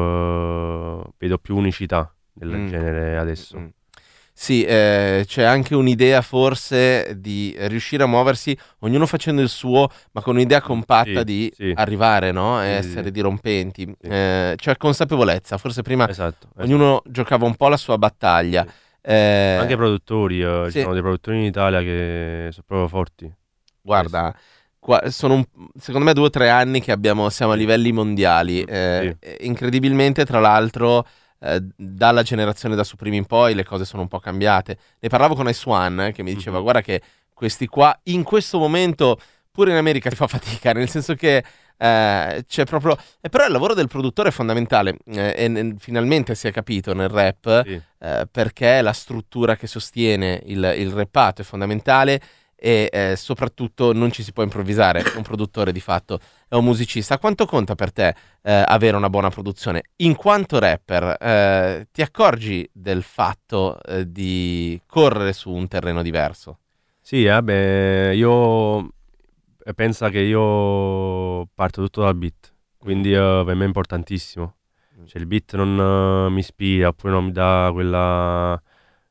eh, vedo più unicità nel Mm. genere adesso. Mm. Sì, eh, c'è anche un'idea forse di riuscire a muoversi, ognuno facendo il suo, ma con un'idea compatta Sì, di sì. arrivare, no? E Sì, sì, essere sì. dirompenti. Sì. Eh, c'è consapevolezza, forse prima Esatto, esatto. ognuno giocava un po' la sua battaglia. Eh, Anche i produttori, eh, sì. ci sono dei produttori in Italia che sono proprio forti. Guarda, qua- sono un- secondo me due o tre anni che abbiamo, siamo a Sì. livelli mondiali. Eh, eh, incredibilmente, tra l'altro, eh, dalla generazione da Supreme in poi le cose sono un po' cambiate. Ne parlavo con Ice One, eh, che mi diceva: Mhm. guarda che questi qua in questo momento pure in America si fa fatica, nel senso che eh, c'è proprio... E però il lavoro del produttore è fondamentale, eh, e nel- finalmente si è capito nel rap, Sì. eh, perché la struttura che sostiene il, il rappato è fondamentale, e eh, soprattutto non ci si può improvvisare. Un produttore di fatto è un musicista. Quanto conta per te eh, avere una buona produzione? In quanto rapper, eh, ti accorgi del fatto eh, di correre su un terreno diverso? Sì, vabbè, io eh, pensa che io parto tutto dal beat, quindi eh, per me è importantissimo. Cioè il beat non eh, mi ispira, oppure non mi dà quella,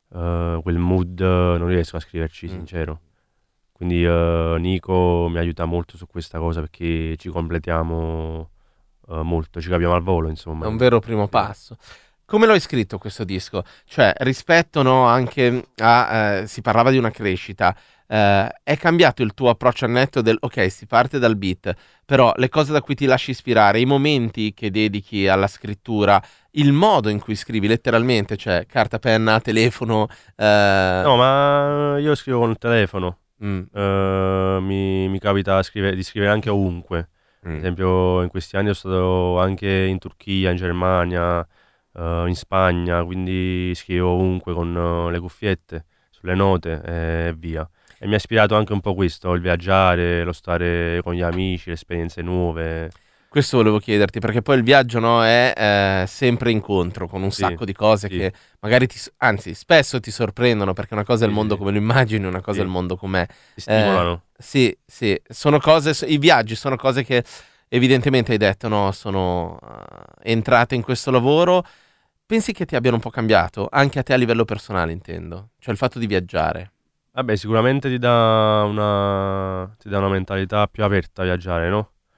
eh, quel mood, eh, non riesco a scriverci, Mm. sincero. Quindi eh, Nico mi aiuta molto su questa cosa, perché ci completiamo eh, molto, ci capiamo al volo, insomma. È un vero primo passo. Come l'hai scritto questo disco? Cioè, rispetto, no, anche a... eh, si parlava di una crescita. eh, è cambiato il tuo approccio al netto del... Ok, si parte dal beat, però le cose da cui ti lasci ispirare, i momenti che dedichi alla scrittura, il modo in cui scrivi letteralmente, cioè carta, penna, telefono... eh, No, ma io scrivo con il telefono. mm, Eh, mi, mi capita scrive- di scrivere anche ovunque. mm. Ad esempio, in questi anni sono stato anche in Turchia, in Germania, eh, in Spagna, quindi scrivo ovunque con eh, le cuffiette, sulle note e via. E mi ha ispirato anche un po' questo, il viaggiare, lo stare con gli amici, le esperienze nuove. Questo volevo chiederti, perché poi il viaggio, no, è eh, sempre incontro con un Sì, sacco di cose sì. che magari ti, anzi, spesso ti sorprendono, perché una cosa è il Sì, mondo sì. come lo immagini, una cosa Sì. è il mondo com'è. Ti stimolano. Eh, sì, sì, sono cose, so- i viaggi sono cose che evidentemente hai detto, no, sono eh, entrate in questo lavoro. Pensi che ti abbiano un po' cambiato, anche a te a livello personale, intendo, cioè il fatto di viaggiare? Vabbè, sicuramente ti dà una, ti dà una mentalità più aperta a viaggiare, no? Mm.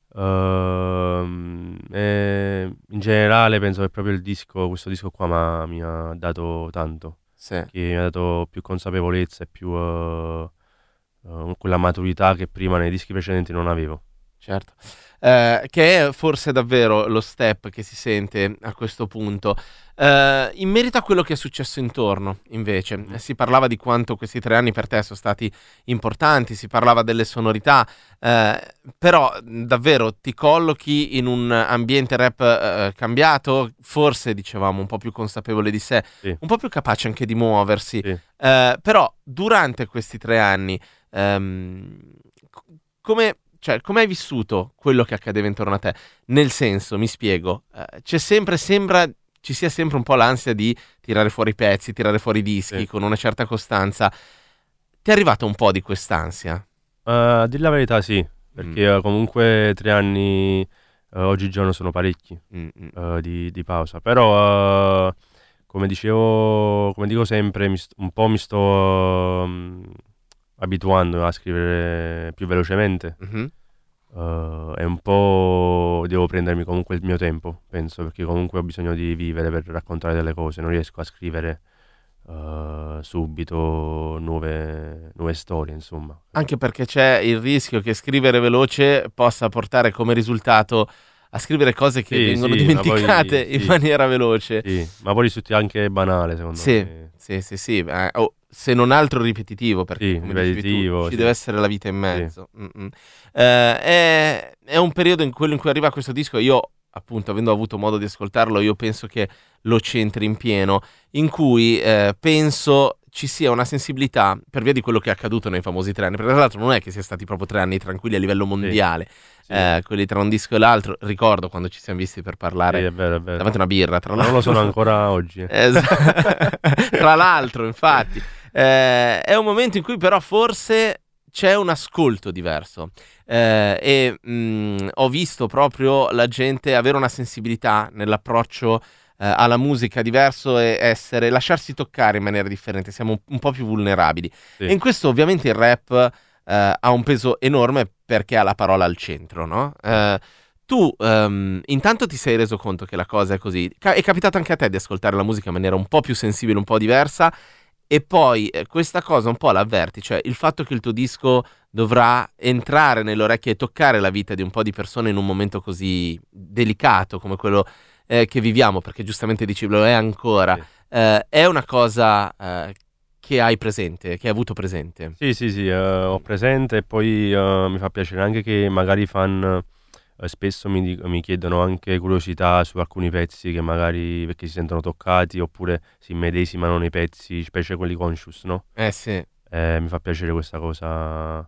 Uh, e in generale penso che proprio il disco, questo disco qua ma, mi ha dato tanto, sì. Che mi ha dato più consapevolezza e più uh, uh, quella maturità che prima nei dischi precedenti non avevo. Certo, eh, che è forse davvero lo step che si sente a questo punto. Eh, in merito a quello che è successo intorno, invece, mm. si parlava di quanto questi tre anni per te sono stati importanti, si parlava delle sonorità, eh, però davvero ti collochi in un ambiente rap eh, cambiato, forse dicevamo un po' più consapevole di sé, sì. Un po' più capace anche di muoversi, sì. eh, però durante questi tre anni, ehm, come... Cioè, come hai vissuto quello che accadeva intorno a te? Nel senso, mi spiego, eh, c'è sempre, sembra, ci sia sempre un po' l'ansia di tirare fuori i pezzi, tirare fuori i dischi sì. con una certa costanza. Ti è arrivata un po' di quest'ansia? Uh, a dire la verità sì, perché mm. uh, comunque tre anni uh, oggigiorno sono parecchi mm. uh, di, di pausa, però uh, come dicevo, come dico sempre, mi st- un po' mi sto... Um, abituando a scrivere più velocemente mm-hmm. uh, e un po' devo prendermi comunque il mio tempo, penso, perché comunque ho bisogno di vivere per raccontare delle cose, non riesco a scrivere uh, subito nuove, nuove storie, insomma. Anche perché c'è il rischio che scrivere veloce possa portare come risultato a scrivere cose che sì, vengono sì, dimenticate poi, in sì, maniera veloce. Sì, ma poi risulta anche banale, secondo sì, me. Sì, sì, sì. Eh, oh, se non altro ripetitivo, perché sì, come ripetitivo, tu, ci sì. deve essere la vita in mezzo. Sì. Eh, è, è un periodo in quello in cui arriva questo disco, io appunto avendo avuto modo di ascoltarlo, io penso che lo centri in pieno, in cui eh, penso ci sia una sensibilità per via di quello che è accaduto nei famosi tre anni, perché tra l'altro non è che sia stati proprio tre anni tranquilli a livello mondiale, sì, sì. Eh, quelli tra un disco e l'altro, ricordo quando ci siamo visti per parlare sì, è vero, è vero. davanti a una birra, tra l'altro. Non lo sono ancora oggi. Esatto. Tra l'altro, infatti, eh, è un momento in cui però forse c'è un ascolto diverso eh, e mh, ho visto proprio la gente avere una sensibilità nell'approccio Uh, alla musica diverso e essere, lasciarsi toccare in maniera differente, siamo un, un po' più vulnerabili. Sì. E in questo ovviamente il rap uh, ha un peso enorme perché ha la parola al centro, no? Uh, tu um, intanto ti sei reso conto che la cosa è così, Ca- è capitato anche a te di ascoltare la musica in maniera un po' più sensibile, un po' diversa, e poi eh, questa cosa un po' l'avverti, cioè il fatto che il tuo disco dovrà entrare nelle orecchie e toccare la vita di un po' di persone in un momento così delicato come quello Eh, che viviamo, perché giustamente dici lo è ancora, sì. eh, è una cosa eh, che hai presente, che hai avuto presente? Sì, sì, sì, uh, ho presente e poi uh, mi fa piacere anche che magari i fan uh, spesso mi, dic- mi chiedono anche curiosità su alcuni pezzi che magari perché si sentono toccati oppure si immedesimano nei pezzi, specie quelli conscious, no? Eh sì. Eh, mi fa piacere questa cosa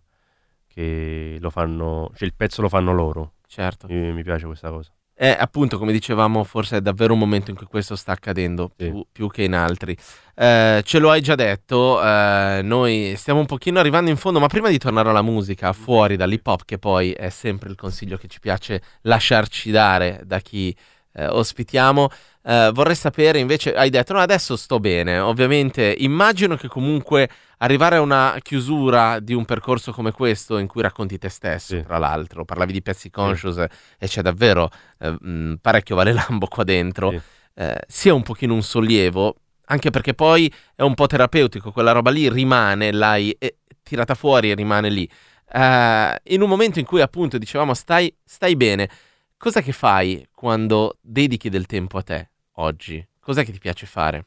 che lo fanno, cioè il pezzo lo fanno loro. Certo. Mi, mi piace questa cosa. Eh, appunto, come dicevamo, forse è davvero un momento in cui questo sta accadendo, sì. più, più che in altri. Eh, ce lo hai già detto, eh, noi stiamo un pochino arrivando in fondo, ma prima di tornare alla musica, fuori dall'hip hop, che poi è sempre il consiglio che ci piace lasciarci dare da chi eh, ospitiamo, eh, vorrei sapere invece, hai detto, no, adesso sto bene, ovviamente immagino che comunque arrivare a una chiusura di un percorso come questo in cui racconti te stesso, sì. Tra l'altro, parlavi di pezzi conscious sì. E c'è davvero eh, mh, parecchio Vale Lambo qua dentro, sì. eh, sia un pochino un sollievo, anche perché poi è un po' terapeutico, quella roba lì rimane, l'hai eh, tirata fuori e rimane lì. Eh, in un momento in cui appunto dicevamo stai, stai bene, cos'è che fai quando dedichi del tempo a te oggi? Cos'è che ti piace fare?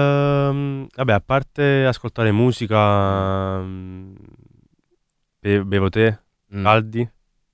Uh, vabbè, a parte ascoltare musica, um, be- bevo tè, mm. caldi,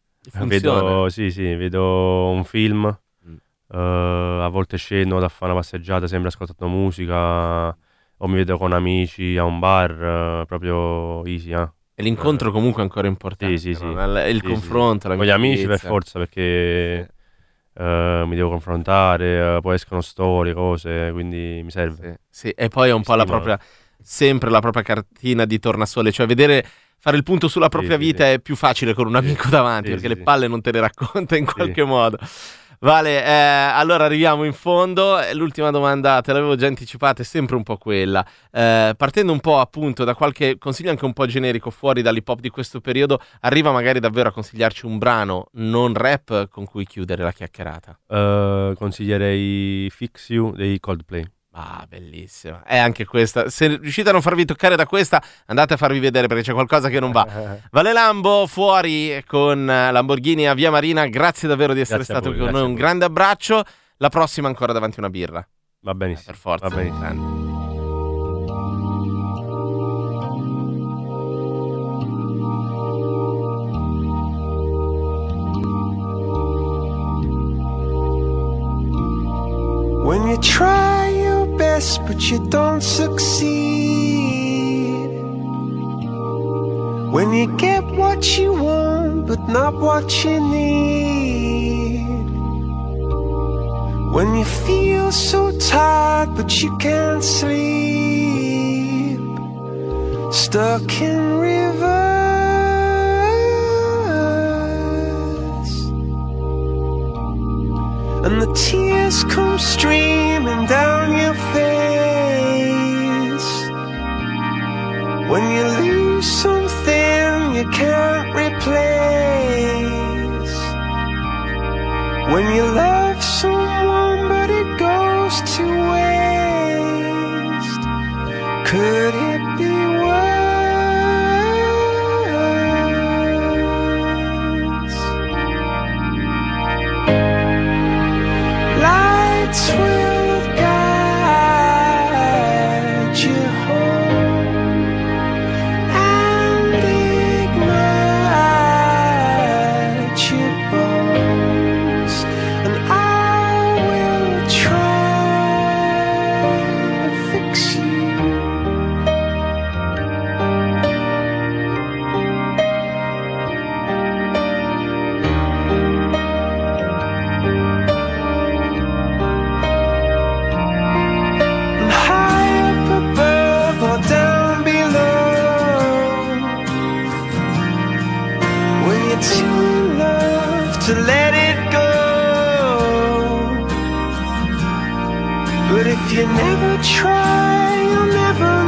vedo, sì, sì, vedo un film, mm. uh, a volte scendo da fare una passeggiata sempre ascoltando musica, o mi vedo con amici a un bar, uh, proprio easy, eh. E l'incontro uh, comunque è ancora importante, sì, sì, no? sì. Il sì, confronto, sì. Con gli amici per forza, perché... Uh, mi devo confrontare, uh, poi escono storie, cose, quindi mi serve. Sì, sì. E poi è un po' la propria, sempre la propria cartina di tornasole, cioè vedere, fare il punto sulla propria sì, vita sì, è più facile con un amico sì, davanti, sì, perché sì, le palle non te le racconta in qualche sì. modo. Vale, eh, allora arriviamo in fondo. L'ultima domanda te l'avevo già anticipata, è sempre un po' quella. Eh, partendo un po' appunto da qualche consiglio anche un po' generico fuori dall'hip hop di questo periodo, arriva magari davvero a consigliarci un brano non rap con cui chiudere la chiacchierata? Uh, consiglierei Fix You dei Coldplay. Ah, bellissima. È anche questa. Se riuscite a non farvi toccare da questa, andate a farvi vedere perché c'è qualcosa che non va. Vale Lambo fuori con Lamborghini a Via Marina. Grazie davvero di essere Grazie a stato voi, qui con noi. Un grazie a grande abbraccio. La prossima ancora davanti una birra. Va benissimo. Per forza. Va benissimo. Grande. When you try your best but you don't succeed, when you get what you want but not what you need, when you feel so tired but you can't sleep, stuck in reverse, and the tears come streaming down your face, when you lose something you can't replace, when you love someone but it goes to waste, could it be worse? Lights will guide you home and ignite your bones, and I will try to fix you. High up above or down below, when you're too in love to let it go, but if you never try you'll never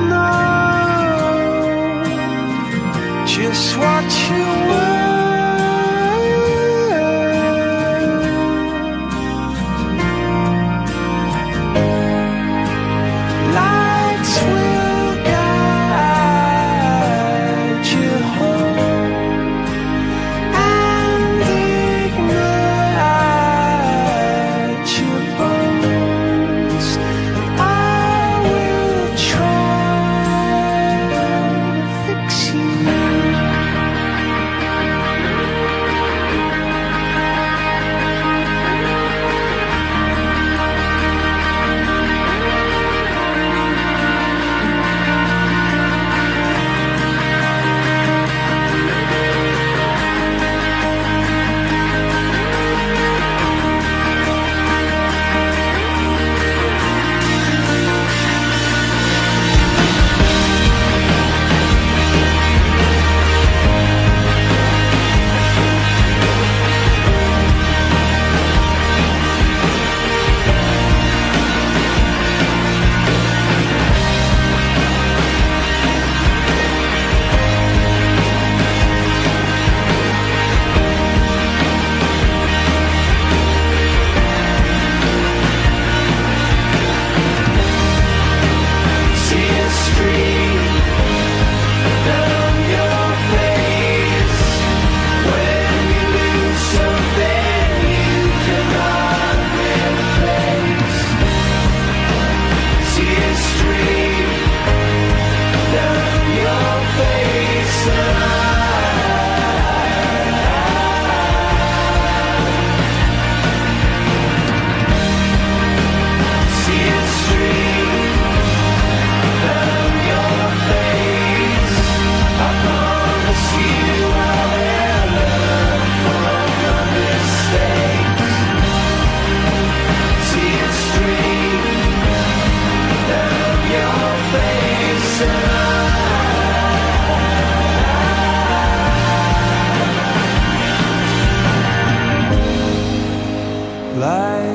know just what you were. Lights will guide you home and ignite your bones, and I will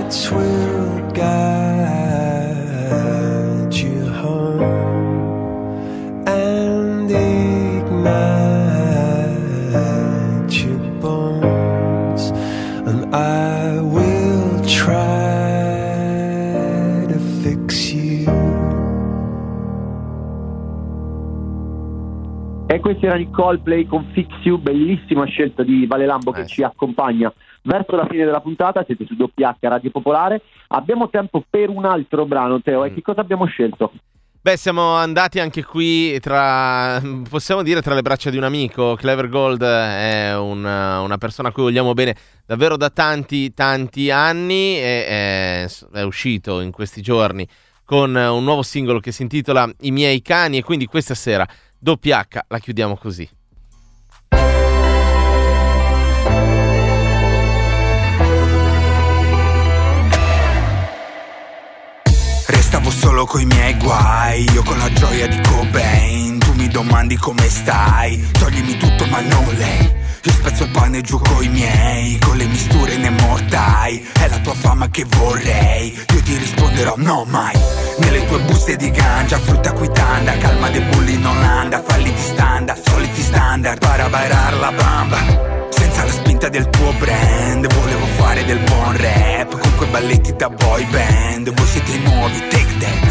lights will guide you home and ignite your bones, and I will try to fix you. E questi erano i Coldplay con Fix You, bellissima scelta di Vale Lambo che eh. ci accompagna verso la fine della puntata. Siete su W H Radio Popolare, abbiamo tempo per un altro brano, Teo, mm. e che cosa abbiamo scelto? Beh, siamo andati anche qui tra, possiamo dire, tra le braccia di un amico. Clever Gold è una, una persona a cui vogliamo bene davvero da tanti tanti anni e è, è uscito in questi giorni con un nuovo singolo che si intitola I miei cani, e quindi questa sera W H la chiudiamo così. Restavo solo coi miei guai, io con la gioia di Cobain. Tu mi domandi come stai, toglimi tutto ma non lei. Io spezzo il pane giù coi miei, con le misture ne mortai. È la tua fama che vorrei, io ti risponderò no mai. Nelle tue buste di ganja, frutta quitanda, calma dei bulli in Olanda, falli di standard, soliti standard, para bailar la bamba. Senza la spinta del tuo brand, volevo fare del buon rap, con quei balletti da boy band. Voi siete i nuovi, take that.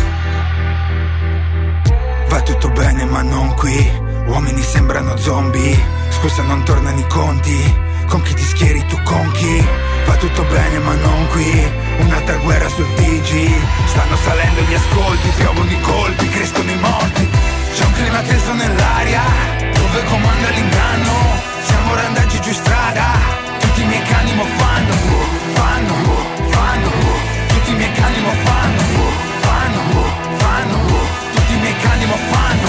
Va tutto bene ma non qui, uomini sembrano zombie. Scusa non tornano i conti, con chi ti schieri tu con chi? Va tutto bene ma non qui, un'altra guerra sul T G. Stanno salendo gli ascolti, piovono i colpi, crescono i morti. C'è un clima teso nell'aria, dove comanda l'inganno. Siamo randaggi giù strada, tutti i miei cani mo fanno, fanno, fanno, tutti i miei cani mo fanno, fanno, fanno, tutti i miei cani mo fanno.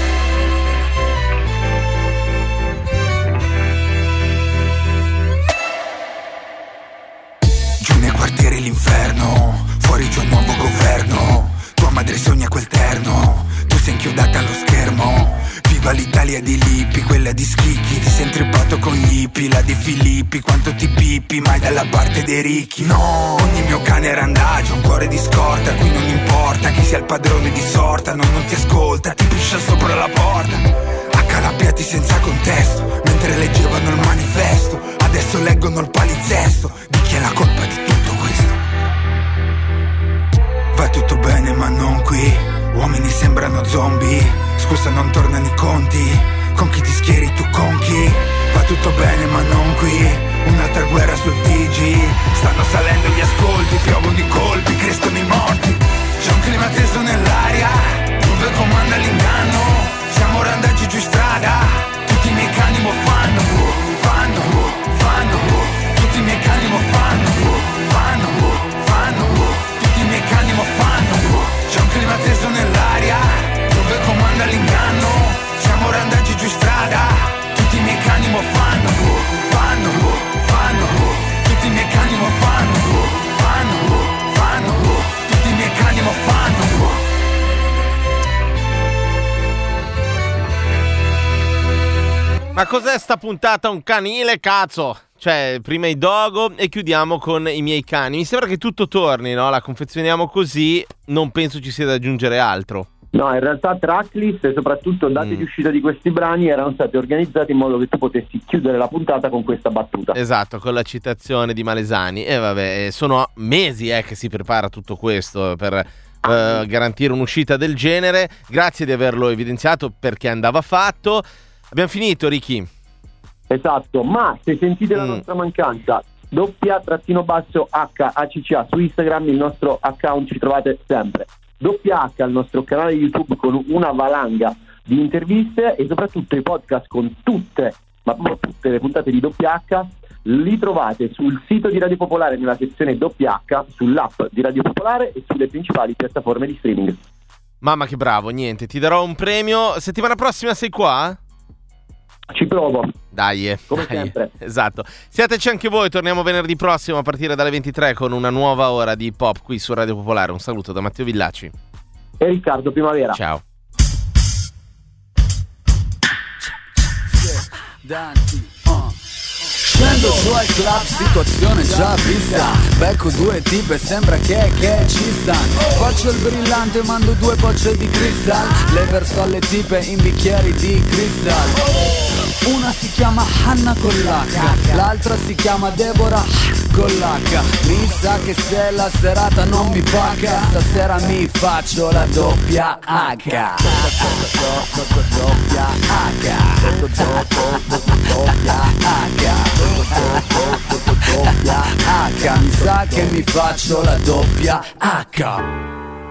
Giù nei quartieri l'inferno, fuori c'è un nuovo governo. Tua madre sogna quel terno, tu sei inchiodata allo schermo. Viva l'Italia di Lippi, quella di Schicchi. Ti sei intrippato con gli hippie, la di Filippi. Quanto ti pippi, mai dalla parte dei ricchi. No, ogni mio cane è randagio, un cuore di scorta. Qui non importa chi sia il padrone di sorta. No, non ti ascolta, ti piscia sopra la porta. Accalappiati senza contesto, mentre leggevano il manifesto. Adesso leggono il palinsesto. Di chi è la colpa di tutto questo? Va tutto bene ma non qui, uomini sembrano zombie. Scusa non tornano i conti, con chi ti schieri tu con chi? Va tutto bene ma non qui, un'altra guerra sul T G. Stanno salendo gli ascolti, piovono i colpi, crescono i morti. C'è un clima teso nell'aria, dove comanda l'inganno. Siamo randaggi giù strada, tutti i miei cani mo fanno, fanno, fanno, tutti i miei cani mo fanno, fanno, fanno, tutti i miei cani mo fanno. C'è un clima teso nell'aria, dove comanda l'inganno. Siamo randaggi giù strada, tutti i miei cani mo fanno, fanno, fanno, tutti i miei cani mo fanno, fanno, fanno, tutti i miei cani mo fanno. Ma cos'è sta puntata? Un canile, cazzo! Cioè, prima i Dogo e chiudiamo con i miei cani. Mi sembra che tutto torni, no? La confezioniamo così, non penso ci sia da aggiungere altro. No, in realtà tracklist e soprattutto date mm. di uscita di questi brani erano stati organizzati in modo che tu potessi chiudere la puntata con questa battuta. Esatto, con la citazione di Malesani. E vabbè, sono mesi eh, che si prepara tutto questo per eh, garantire un'uscita del genere. Grazie di averlo evidenziato, perché andava fatto. Abbiamo finito, Ricky. Esatto, ma se sentite la mm. nostra mancanza, doppia trattino basso H A C C A su Instagram, il nostro account ci trovate sempre. Doppia H al nostro canale YouTube con una valanga di interviste e soprattutto i podcast con tutte, ma proprio tutte le puntate di Doppia H li trovate sul sito di Radio Popolare nella sezione Doppia H, sull'app di Radio Popolare e sulle principali piattaforme di streaming. Mamma che bravo, niente, ti darò un premio. Settimana prossima sei qua? Ci provo. Dai, come dai, sempre. Esatto. Siateci anche voi, torniamo venerdì prossimo a partire dalle ventitré con una nuova ora di pop qui su Radio Popolare. Un saluto da Matteo Villaci e Riccardo Primavera. Ciao. Scendo Scendo giù al club, situazione già vista. Becco due tipe, sembra che, che ci stanno. Faccio il brillante, mando due bocce di cristal. Le verso alle tipe in bicchieri di cristal. Una si chiama Hanna con l'H, l'altra si chiama Deborah con l'H. Mi sa che se la serata non mi paga, stasera mi faccio la doppia H. Doppia H. Doppia H. Doppia H. Mi sa che mi faccio la doppia H.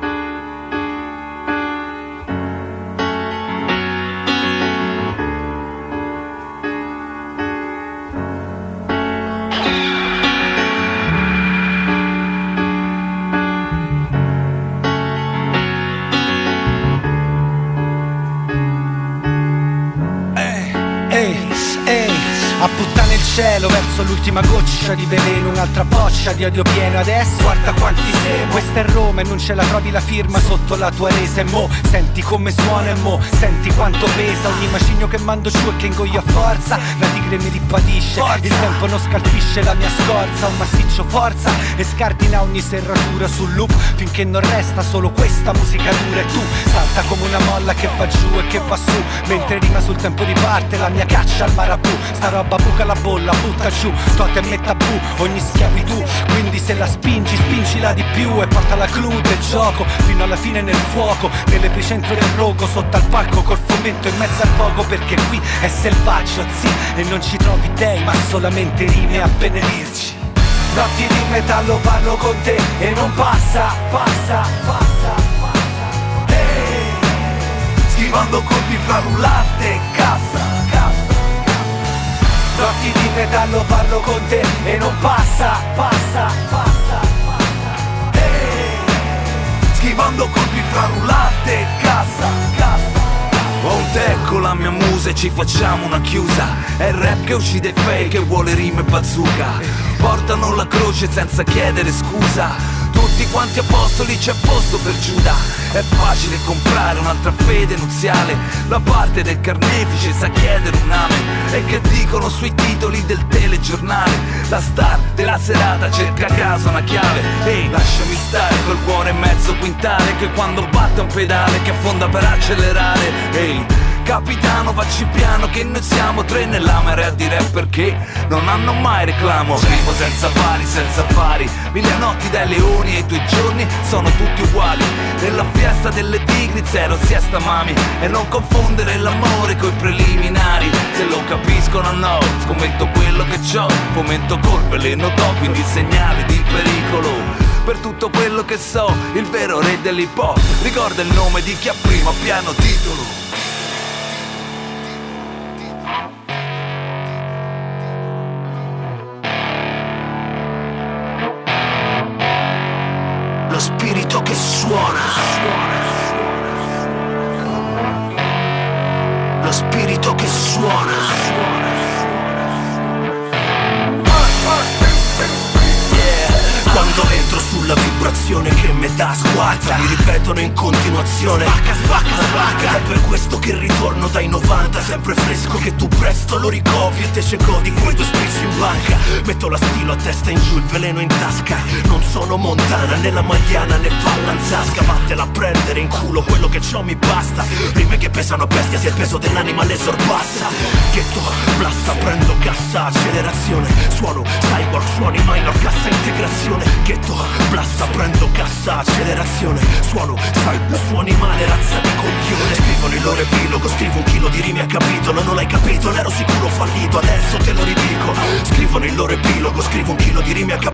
A puttane il cielo verso l'ultima goccia di veleno, un'altra boccia di odio pieno. Adesso guarda quanti siamo. Questa è Roma e non ce la trovi la firma sotto la tua resa. E mo senti come suona e mo senti quanto pesa ogni macigno che mando giù e che ingoio a forza. La tigre mi ripatisce, il tempo non scalfisce la mia scorza. Un massiccio forza e scardina ogni serratura sul loop finché non resta solo questa musica dura. E tu salta come una molla che va giù e che va su, mentre rima sul tempo di parte la mia caccia al marabù. Sta roba buca la bolla, butta giù, totem e tabù, ogni schiavitù. Quindi se la spingi, spingila di più e porta la clou del gioco fino alla fine nel fuoco, nell'epicentro del rogo, sotto al palco col fomento in mezzo al poco. Perché qui è selvaggio, sì, e non ci trovi dei, ma solamente rime a benedirci. Notti di metallo parlo con te e non passa, passa, passa, passa. Hey, schivando colpi fra rullate e cassa, cassa. Notti di metallo parlo con te e non passa, passa, passa, passa. Hey, schivando colpi fra rullate e cassa, cassa. Ho un tè con la mia musa e ci facciamo una chiusa. È il rap che uccide fake e vuole rime bazooka. Portano la croce senza chiedere scusa. Tutti quanti apostoli c'è posto per Giuda. È facile comprare un'altra fede nuziale. La parte del carnefice sa chiedere un amen. E che dicono sui titoli del telegiornale? La star della serata cerca a caso una chiave. Ehi, lasciami stare col cuore mezzo quintale, che quando batte un pedale che affonda per accelerare. Ehi, capitano, facci piano che noi siamo tre nella marea di rapper che non hanno mai reclamo. Scrivo senza pari, senza pari, mille notti dai leoni e i tuoi giorni sono tutti uguali. Nella fiesta delle tigri zero siesta mami. E non confondere l'amore coi preliminari. Se lo capiscono no, scommetto quello che c'ho. Fomento col veleno do, quindi segnale di pericolo. Per tutto quello che so, il vero re dell'hip hop ricorda il nome di chi ha primo piano titolo. Lo spirito che suona, lo spirito che suona. Quando entro sulla vibrazione che mi dà squadra, mi ripetono in continuazione spacca, spacca, spacca. È per questo che ritorno dai novanta, sempre fresco che tu presto lo ricovi e te ce godi quei due sprizzi in banca. Metto la stilo a testa in giù, il veleno in tasca. Non sono Montana, né la Magliana, né Vallanzasca. Vattela a prendere in culo, quello che c'ho mi basta. Rime che pesano a bestia, se il peso dell'anima le sorpassa. Ghetto, blasta, prendo cassa, accelerazione. Suono, cyborg, suoni minor, cassa, integrazione. Ghetto, blasta, prendo cassa, accelerazione. Suono, cyborg, suoni male, razza di coglione. Scrivono il loro epilogo, scrivo un chilo di rime a capitolo. Non l'hai capito, ne ero sicuro fallito, adesso te lo ridico. Scrivono il loro epilogo, scrivo un chilo di rime a capitolo.